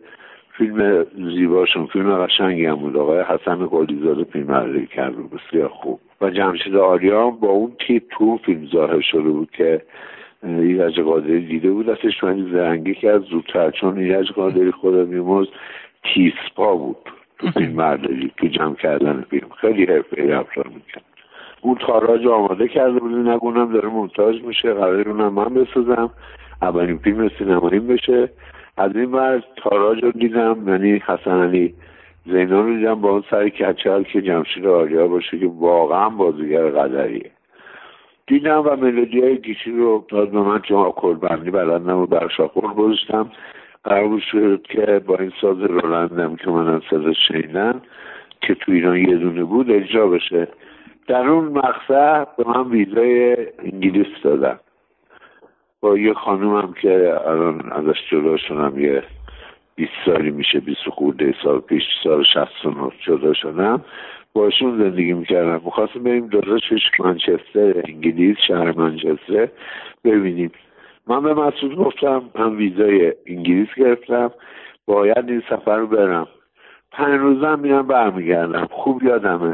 فیلم زیباشون، فیلم قشنگی هم بود. آقای حسن قلیزاده فیلمبرداری کرد و بسیار خوب. و جمشید آریان با اون تیپ تو فیلم ظاهر شده بود که ایرج قادری دیده بود، ازش من زرنگی کرد زودتر، چون ایرج قادری خدا بیامرز تیسپا بود تو فیلمبرداری، تو جمع کردن فیلم خیلی حرفه‌ای رفتار میکرد. اون تاراج آماده کرده بود، نگونم داره مونتاژ میشه، قراره اونم من بسازم، اولین فیلم سینماییم بشه. از این ور تاراج رو دیدم، یعنی حسن علی زینان رو دیدم با اون سر کچل که جمشید آریا باشه که واقعا بازیگر قدریه دیدم، و ملودیای گیشی رو داد به من، چون کلبندی بلدنم و برشاخور گذاشتم. قرار شد که با این ساز رولندم که من سازش شنیدم که تو ایران یه دونه بود اجرا بشه. در اون مقصد به من ویزای انگلیس دادن با یه خانومم که الان ازش جدا شدم، یه 20 سالی میشه، 20 خورده سال پیش، سال 69 جدا شدم، باشون زندگی میکردم. میخواستم بریم داداشش منچستر انگلیس، شهر منچستر ببینیم. من به مسعود گفتم من ویزای انگلیس گرفتم، باید این سفر رو برم. 5 روزم میرم برمیگردم. خوب یادمه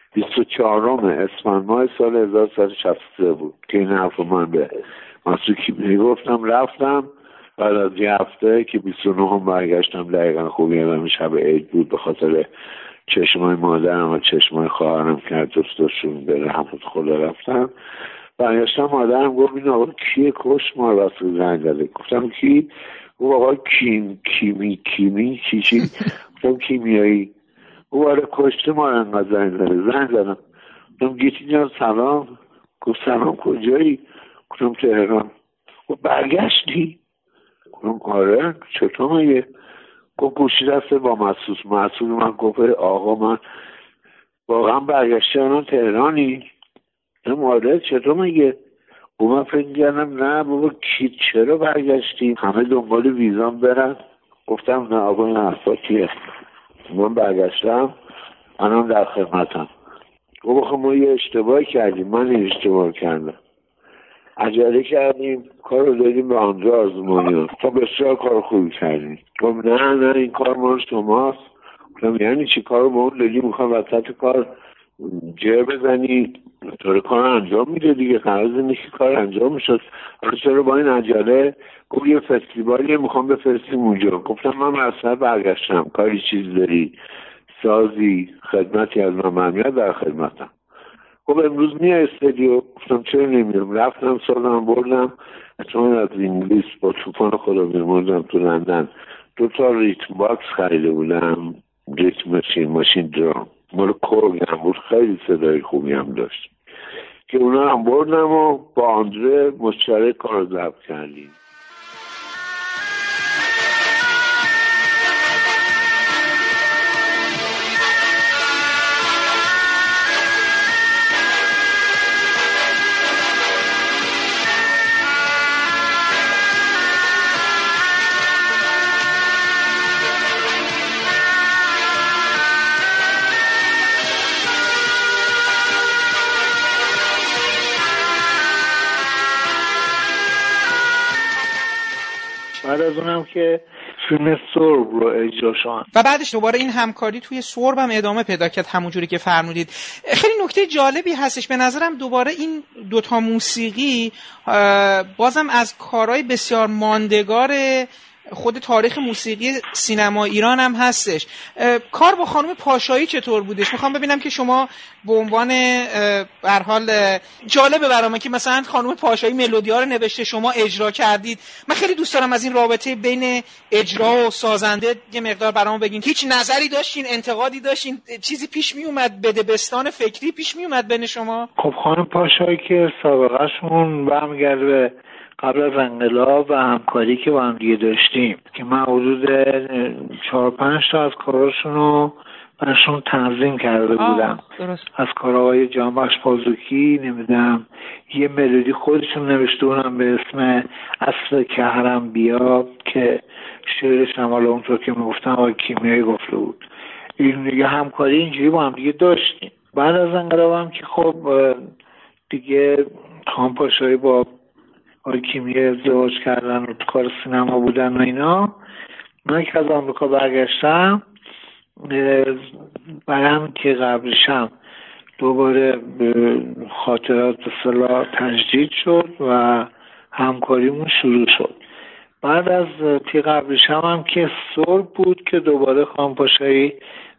24 اسفند ماه سال 1363 بود که این حرف من به مسعود میگفتم. رفتم بعد از یه هفته که 29 برگشتم، دقیقا خوب یادم شب عید بود، به خاطر چشمای مادرم و چشمای خواهرم که دوستشون به رحمت خدا رفتم. برگشتم مادرم گفت این آقا کیه کش ما رو بسید زنگ زده. گفتم کی؟ او آقا کیمی چی گفتم کیمیایی. او آره کشته ما رو انقدر زنگ زدم. گفتم گیتی جان سلام. گفت سلام کجایی؟ گفتم تهران. گفت برگشتی؟ گفتم آره چطور مگه؟ گفت گوشی دسته با مسعود من گفت آقا من واقعا برگشتم تهرانی؟ گفتم آره چطور مگه؟ گفت من فکر کردم نه بابا کی چرا برگشتی؟ همه دنبال ویزام برن. گفتم نه آقا این حرفا کیه؟ من برگشتم الان در خدمتم. گفت ما یه اشتباهی کردیم. من این اشتباه کردم، عجله کردیم کار رو دادیم به آنجا آزمونی. تا بسیار کار خوبی کردیم. گفت نه این کار مال شماست. گفتم یعنی چی؟ کار رو به اون دادی میخوام وسط کار جر بزنی؟ طور کار انجام میده دیگه، قرار اینه که کار انجام میشد، حالا چرا با این عجله؟ گفت یه فستیوالی میخوام بفرستیم اونجا. گفتم من اصلا برگشتم، کاری چیز داری سازی خدمتی از من ممنوع در خدمتم. خب امروز میای استودیو؟ گفتم چرا نمیام. رفتم سالم بردم، چون از انگلیس با طوفان خدا بیامرزم تو لندن 2 ریتم باکس خریده بودم، ریتم ماشین درام مال کورگ هم بود، خیلی صدای خوبی هم داشت که اونا هم بردم و با آندره مشترک کار ضبط کردیم. بعد از اونم که فیلم سورب رو اجرا شدن و بعدش دوباره این همکاری توی سورب هم ادامه پیدا کرد همونجوری که فرمودید. خیلی نکته جالبی هستش به نظرم، دوباره این دوتا موسیقی بازم از کارهای بسیار ماندگار خود تاریخ موسیقی سینما ایران هم هستش. کار با خانم پاشایی چطور بودش؟ میخوام ببینم که شما به عنوان به هر حال جالبه برام که مثلا خانم پاشایی ملودی‌ها رو نوشته، شما اجرا کردید. من خیلی دوست دارم از این رابطه بین اجرا و سازنده یه مقدار برام بگین. هیچ نظری داشتین، انتقادی داشتین، چیزی پیش می اومد، بدبستان فکری پیش می اومد بین شما؟ خب خانم پاشایی که سابقه‌شون برمیگرده به قبل از انقلاب و همکاری که با هم دیگه داشتیم که من حدود 4-5 تا از کاراشون رو برشون تنظیم کرده بودم. از کارهای جانبخش پازوکی نمیدونم یه ملودی خودشون نوشته بودم به اسم اصل کهرم بیا که شعرش هم حالا اونطور که میگفتم آقای کیمیایی گفته بود. این دیگه همکاری اینجوری با هم دیگه داشتیم. بعد از انقلاب هم که خب دیگه خانم پاشایی با آقای کیمیایی ازدواج کردن و تو کار سینما بودن و اینا، من که از آمریکا برگشتم، برم که قبلشم دوباره خاطرات اصطلاح تجدید شد و همکاریمون شروع شد. بعد از تی قبلشم هم که صلح بود که دوباره خانم پاشایی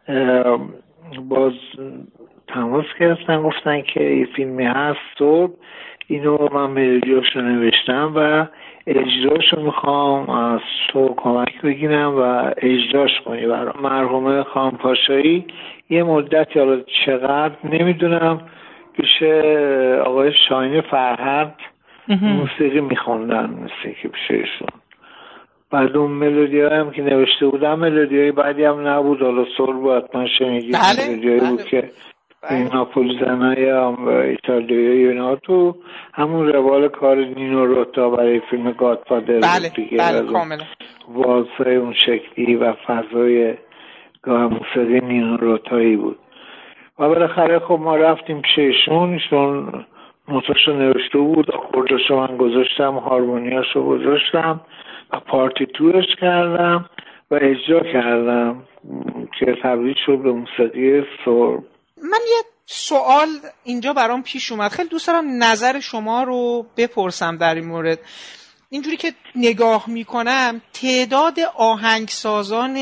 باز تماس گرفتن، گفتن که یه فیلمی هست صلح، اینو من ملودیاشو نوشتم و اجراشو میخوام از تو کمک بگیرم و اجراش کنی برای مرحومه خانم پاشایی. یه مدتی، حالا چقدر نمیدونم، پیش آقای شاهین فرهد موسیقی میخوندن، موسیقی پیش ایشون. بعد اون ملودی هم که نوشته بودم ملودی بعدی هم نبود، حالا صلح بود حتما شنیدید. ملودی بود که این ناپولی زنای ایتالیایی اینا تو همون روال کار نینو روتا برای فیلم گادفادر دیگه. بله کاملا والسای اون شکلی و فضای موسیقی نینو روتایی بود. و بالاخره خب ما رفتیم پیش ایشون نوتاشو نوشته بود، آکوردشو من گذاشتم، هارمونیاشو گذاشتم و پارتیتورش کردم و اجرا کردم که تبدیل شد به موسیقی صلح. من یه سوال اینجا برام پیش اومد، خیلی دوست دارم نظر شما رو بپرسم در این مورد. اینجوری که نگاه میکنم تعداد آهنگسازان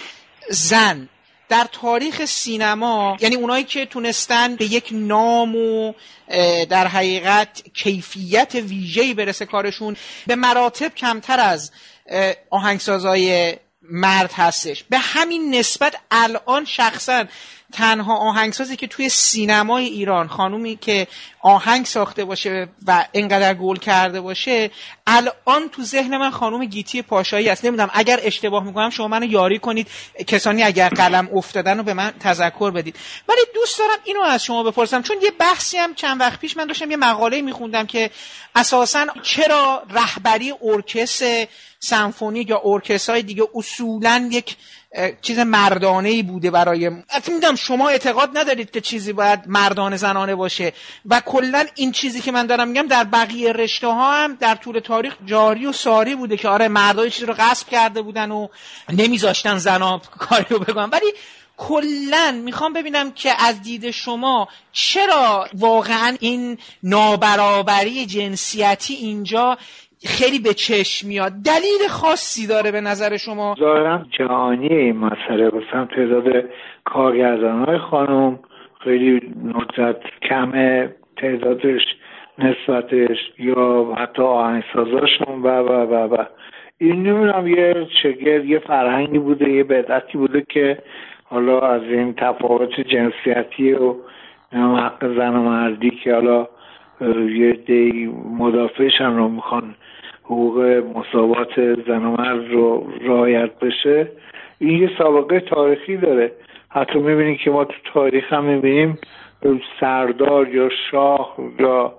زن در تاریخ سینما، یعنی اونایی که تونستن به یک نام و در حقیقت کیفیت ویژه‌ای برسه کارشون، به مراتب کمتر از آهنگسازای مرد هستش. به همین نسبت الان شخصا تنها آهنگسازی که توی سینمای ایران خانومی که آهنگ ساخته باشه و اینقدر گل کرده باشه الان تو ذهن من خانم گیتی پاشایی است. نمیدونم اگر اشتباه میکنم شما منو یاری کنید، کسانی اگر قلم افتادن رو به من تذکر بدید. ولی دوست دارم اینو از شما بپرسم، چون یه بحثی هم چند وقت پیش من داشتم یه مقاله میخوندم که اساساً چرا رهبری ارکستر سمفونیک یا ارکسترهای دیگه اصولاً یک چیز مردانه‌ای بوده برای میدونم شما اعتقاد ندارید که چیزی باید مردانه زنانه باشه و کلا این چیزی که من دارم میگم در بقیه رشته‌ها هم در طول تاریخ جاری و ساری بوده که آره مردای چیزی رو غصب کرده بودن و نمیذاشتن زنا کاری رو بکنن. ولی کلا میخوام ببینم که از دید شما چرا واقعا این نابرابری جنسیتی اینجا خیلی به چشم میاد؟ دلیل خاصی داره به نظر شما؟ ظاهرا جهانی این مسئله، مثلا تعداد کارگردان‌های خانم خیلی ندرت کمه، تعدادش نسبتش، یا حتی آهنگسازاشون و این نمیدونم یه فرهنگی بوده، یه بدعتی بوده که حالا از این تفاوت جنسیتی و حق زن و مردی که حالا یه دی مدافعش هم رو میخوان حقوق مساوات زن و مرد رو رعایت بشه، این یه سابقه تاریخی داره. حتی میبینیم که ما تو تاریخ هم میبینیم سردار یا شاه یا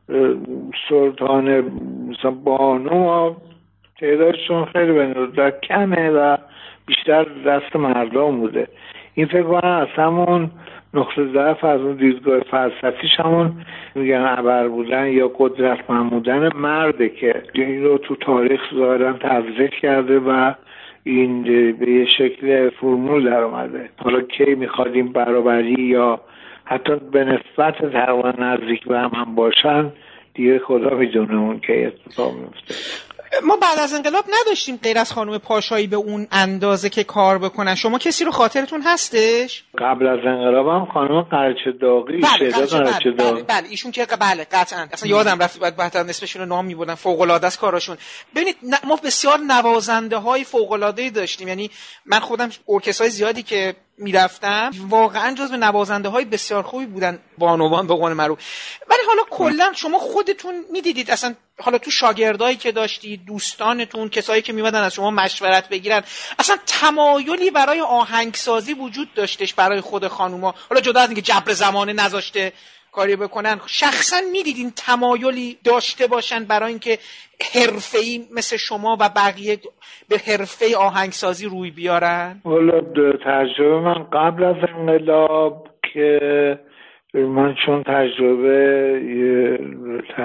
سلطان مثلا بانو تعدادشون خیلی به ندرت کمه و بیشتر دست مردم بوده. این فکر کنم از همون نقطه ضعف، از اون دیدگاه فلسفیش همون میگن ابر بودن یا قدرتمند بودن مرده که این رو تو تاریخ ظاهرا تفسیر کرده و این به یه شکل فرمول در اومده. حالا کی میخواد این برابری یا حتی به نسبت تقریبا نزدیک به هم باشن دیگه خدا میدونه اون که اتفاق میفته. ما بعد از انقلاب نداشتیم غیر از خانم پاشایی به اون اندازه که کار بکنن. شما کسی رو خاطرتون هستش؟ قبل از انقلاب هم خانم قرچه‌داغی، بله ایشون که بله قطعا اصلا یادم رفت، بعد نصفشون رو نام میبردن، فوق العاده است کاراشون. ببینید ما بسیار نوازنده های فوق العاده ای داشتیم، یعنی من خودم ارکسترهای زیادی که میرفتم واقعا جزو نوازنده های بسیار خوبی بودن، بانوان به قول معروف. ولی حالا کلا شما خودتون میدیدید اصلا حالا تو شاگردایی که داشتید، دوستانتون، کسایی که میمدن از شما مشورت بگیرن، اصلا تمایلی برای آهنگسازی وجود داشتش برای خود خانوما؟ حالا جدا از اینکه جبر زمانه نذاشته کاری بکنن، شخصا میدیدین تمایلی داشته باشن برای اینکه حرفه‌ای مثل شما و بقیه به حرفه آهنگسازی روی بیارن؟ حالا تجربه من قبل از انقلاب که من چون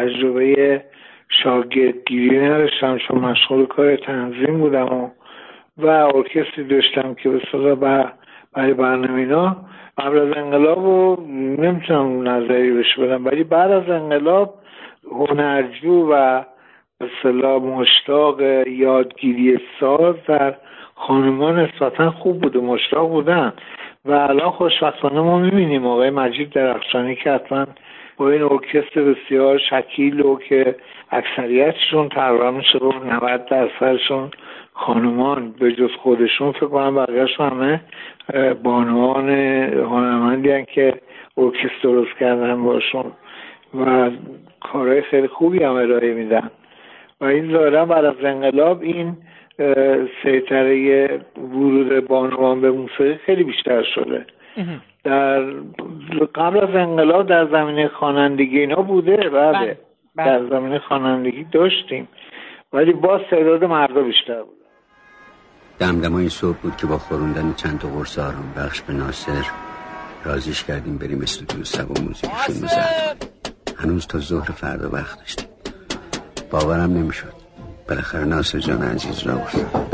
تجربه شاگردگیری نداشتم، چون مشغول کار تنظیم بودم و و ارکستری داشتم که به اصطلاح برای برنامه اینا قبل از انقلاب رو نمیتونم نظری بهش بدم، ولی بعد از انقلاب هنرجو و به اصطلاح مشتاق یادگیری ساز در خانمان نسبتا خوب بود و مشتاق بودن و الان خوشبختانه ما میبینیم آقای مجید درخشانی که حتما با این ارکستر بسیار شکیل و که اکثریتشون تقریبا میشه رو 90% خانمان به جز خودشون، فکر کنم بقیه‌شون همه بانوان هنرمندی هستن که ارکستر درست کردن باشون و کارهای خیلی خوبی هم ارائه میدن و این ظاهرا بعد از انقلاب این سیطره ورود بانوان به موسیقی خیلی بیشتر شده. در قبل از انقلاب در زمینه خوانندگی اینا بوده، بله در زمینه خوانندگی داشتیم ولی باز تعداد مردا بیشتر بود. دمدمای صبح بود که با خوردن چند تا قرص آرام بخش به ناصر رازیش کردیم بریم استودیو سبا موزیک فیلم زرد. هنوز تا ظهر فردا وقت داشتیم. باورم نمیشد بالاخره ناصر جان عزیز را افتاد.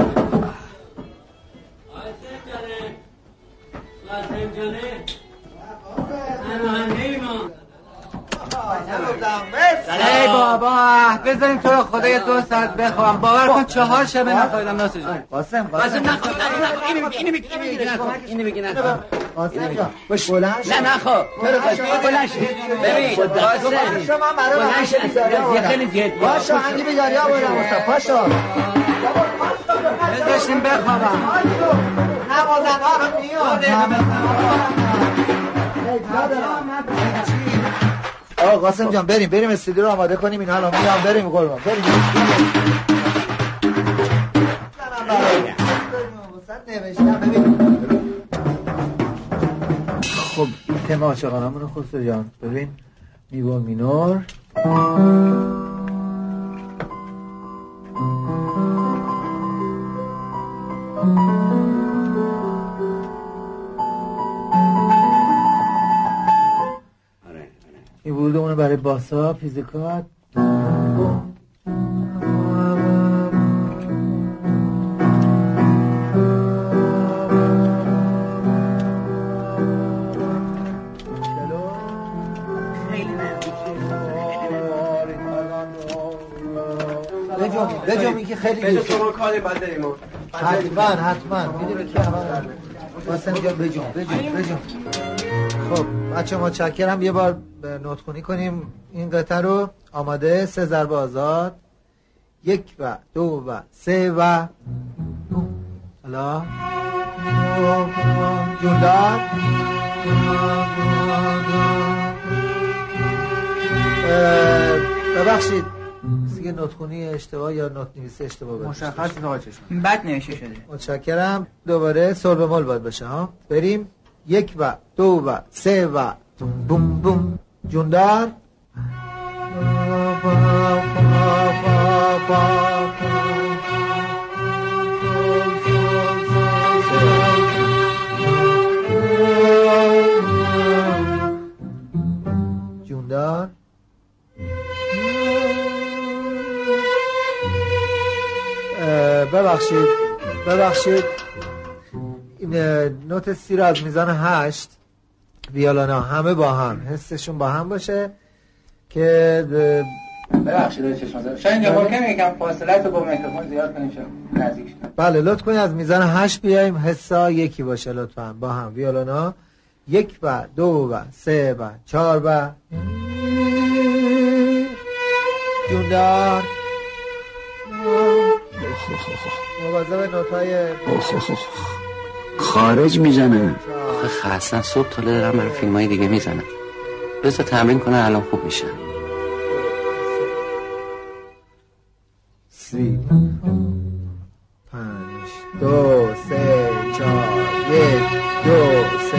ای بابا بذاریم تو خدای 2 ساعت بخوام. باور کن 4 شبه نخوابیدم ناصر جان. قاسم نخواب. اینو بگی نخواب. قاسم جان باش بلند شو. نه نخواب. بلند شو. ببین قاسم بلند شو. خیلی جد باش آهنگی به دریا برم واسه پاشو. بذاریم بخوابم. نوازن ها میاد. آقا قاسم جان بریم استودیو رو آماده کنیم، اینا الان میام بریم قربان بریم. خب این تم عاشقانمون رو خسرو جان ببین می بمول مینور این ورودمونه برای باسا پیزیکات بجام این که خیلی بجام شما کاری باید داریم حتما میدونی که اول واسه جان بجام خب بچه متشکرم. یه بار نوت‌خوانی کنیم این قطعه رو. آماده؟ 3 ضربه آزاد 1 و 2 و 3 و حالا جوندار ببخشید دیگه نوت‌خوانی اشتباه یا نوت نویسی اشتباه بود. مشخص آقا چشم بد نوشته شده. متشکرم. دوباره سول بمول باید باشه ها. بریم 1 و 2 و 3 و بوم بوم جوندار جوندار ببخشید این نوت سی رو از میزان 8 ویولانا همه با هم حسشون با هم باشه که ببخشید چشم شاید اینجا ممکنه یکم فاصله تو با میکروفون زیاد کنیم نزدیک شد. بله لطف کنید از میزان 8 بیایم حسا یکی باشه لطفاً با هم ویولانا 1 و 2 و 3 و 4 و جوندار مواظب نوتای خارج میزنن. آخه خاصن صبح تا دارم برای فیلم های دیگه میزنن. بذار تمرین کنن الان خوب میشن. 3 5 2 3 4 1 2 3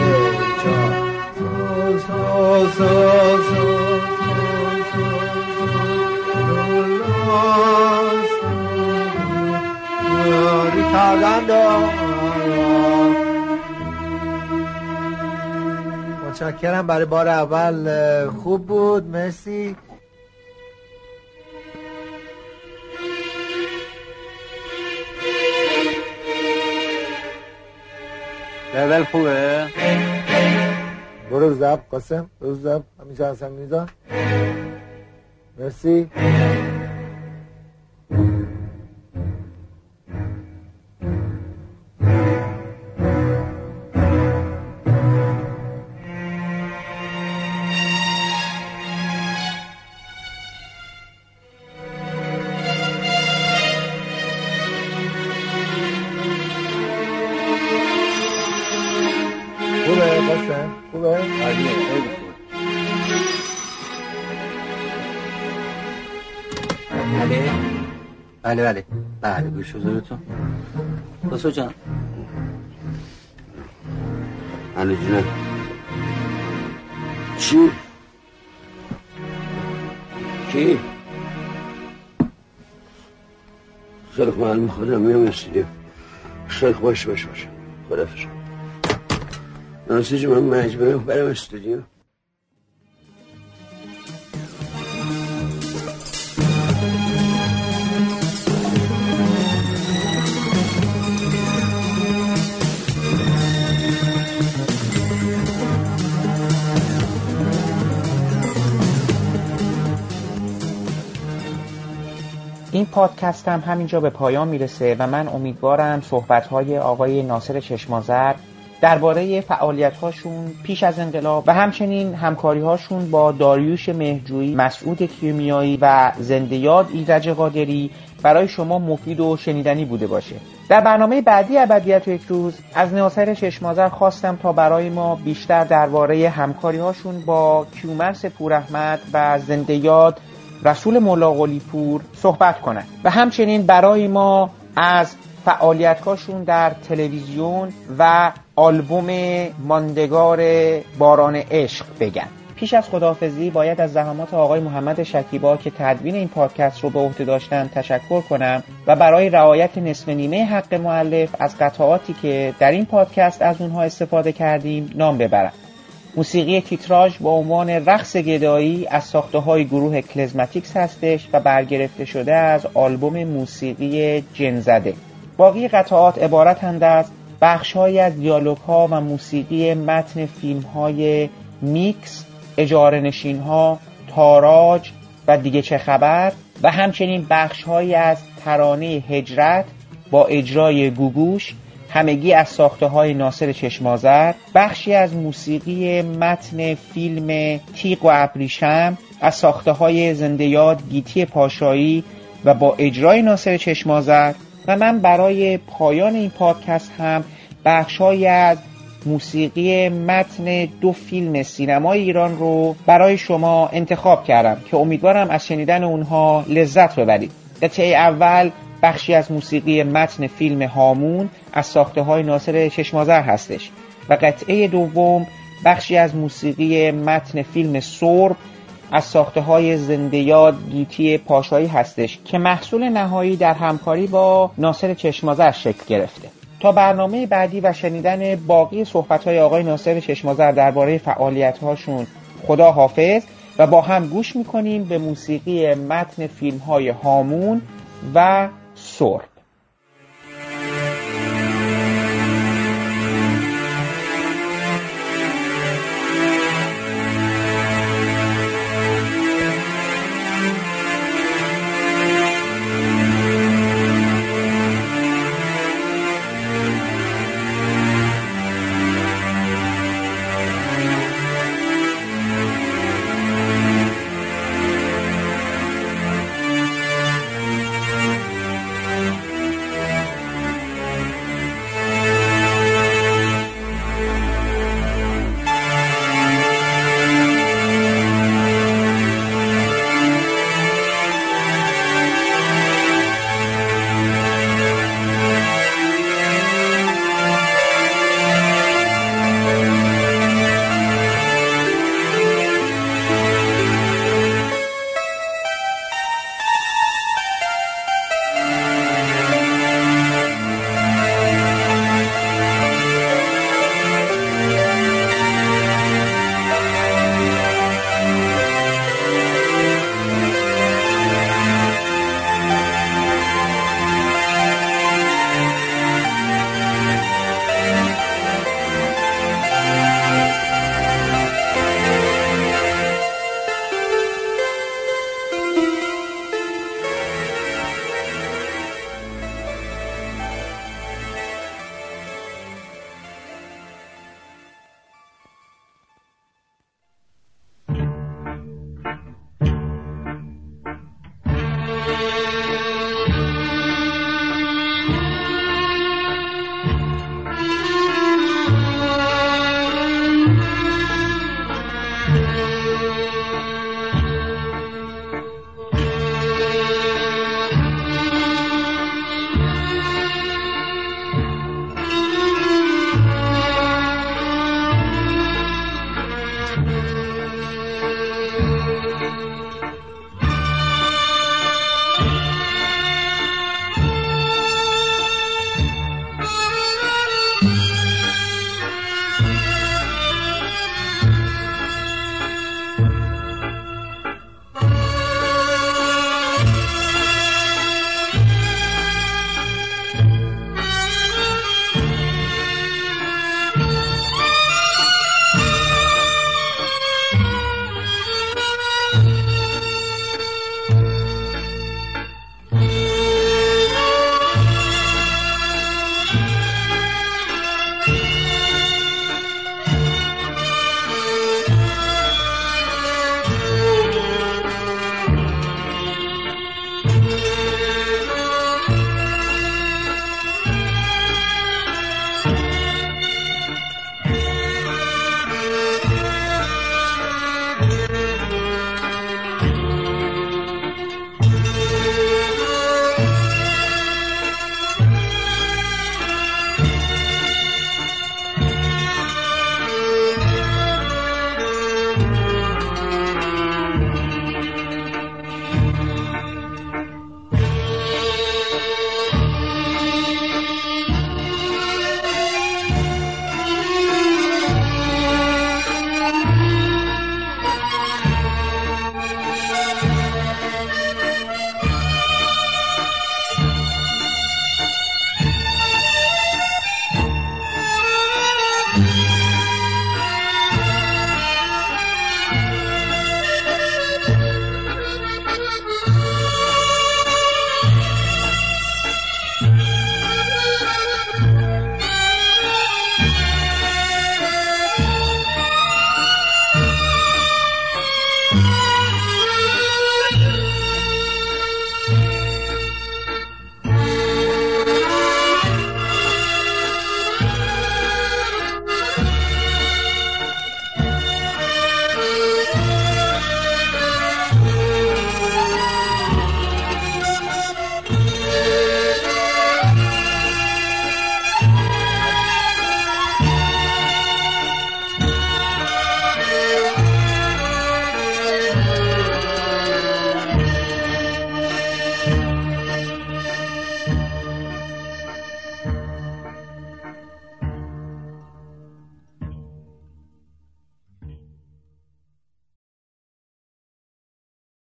4 so متشکرم. برای بار اول خوب بود. مرسی. لول خوبه؟ برو زب قاسم، برو زب همینجا هستم میزان. مرسی. خوبه قاسم؟ خوبه؟ بله گوش حضورتون. قاسم جان. علی جونم. چی؟ کی؟ خیلی خوب من خودم میام استودیو. خیلی خوب باشه خدافظ. ناصر جون من مجبورم برم استودیو. این پادکست هم همینجا به پایان میرسه و من امیدوارم صحبت‌های آقای ناصر چشم‌آذر درباره فعالیت‌هاشون پیش از انقلاب و همچنین همکاری‌هاشون با داریوش مهرجویی، مسعود کیمیایی و زنده یاد ایرج قادری برای شما مفید و شنیدنی بوده باشه. در برنامه بعدی ابدیت و یک روز از ناصر چشم‌آذر خواستم تا برای ما بیشتر درباره همکاری‌هاشون با کیومرث پوراحمد و زنده یاد رسول مولا قلی پور صحبت کنن و همچنین برای ما از فعالیت‌هاشون در تلویزیون و آلبوم ماندگار باران عشق بگن. پیش از خداحافظی باید از زحمات آقای محمد شکیبا که تدوین این پادکست رو به عهده داشتن تشکر کنم و برای رعایت نصف نیمه حق مؤلف از قطعاتی که در این پادکست از اونها استفاده کردیم نام ببرم. موسیقی تیتراژ با عنوان رقص گدایی از ساخته‌های گروه کلزماتیکس هستش و برگرفته شده از آلبوم موسیقی جن‌زده. باقی قطعات عبارتند از بخش‌هایی از دیالوگ‌ها و موسیقی متن فیلم‌های میکس، اجاره نشین‌ها، تاراج و دیگه چه خبر و همچنین بخش‌هایی از ترانه هجرت با اجرای گوگوش، همگی از ساخته‌های ناصر چشم‌آذر، بخشی از موسیقی متن فیلم تیغ و ابریشم از ساخته‌های زنده یاد گیتی پاشایی و با اجرای ناصر چشم‌آذر و من برای پایان این پادکست هم بخش‌هایی از موسیقی متن 2 فیلم سینمای ایران رو برای شما انتخاب کردم که امیدوارم از شنیدن اونها لذت ببرید. قطعه اول بخشی از موسیقی متن فیلم هامون از ساخته‌های ناصر چشم‌آذر هستش و قطعه دوم بخشی از موسیقی متن فیلم سرب از ساخته‌های زنده یاد گیتی پاشایی هستش که محصول نهایی در همکاری با ناصر چشم‌آذر شکل گرفته. تا برنامه بعدی و شنیدن باقی صحبت‌های آقای ناصر چشم‌آذر درباره فعالیت‌هاشون خدا حافظ و با هم گوش می‌کنیم به موسیقی متن فیلم‌های هامون و سرب.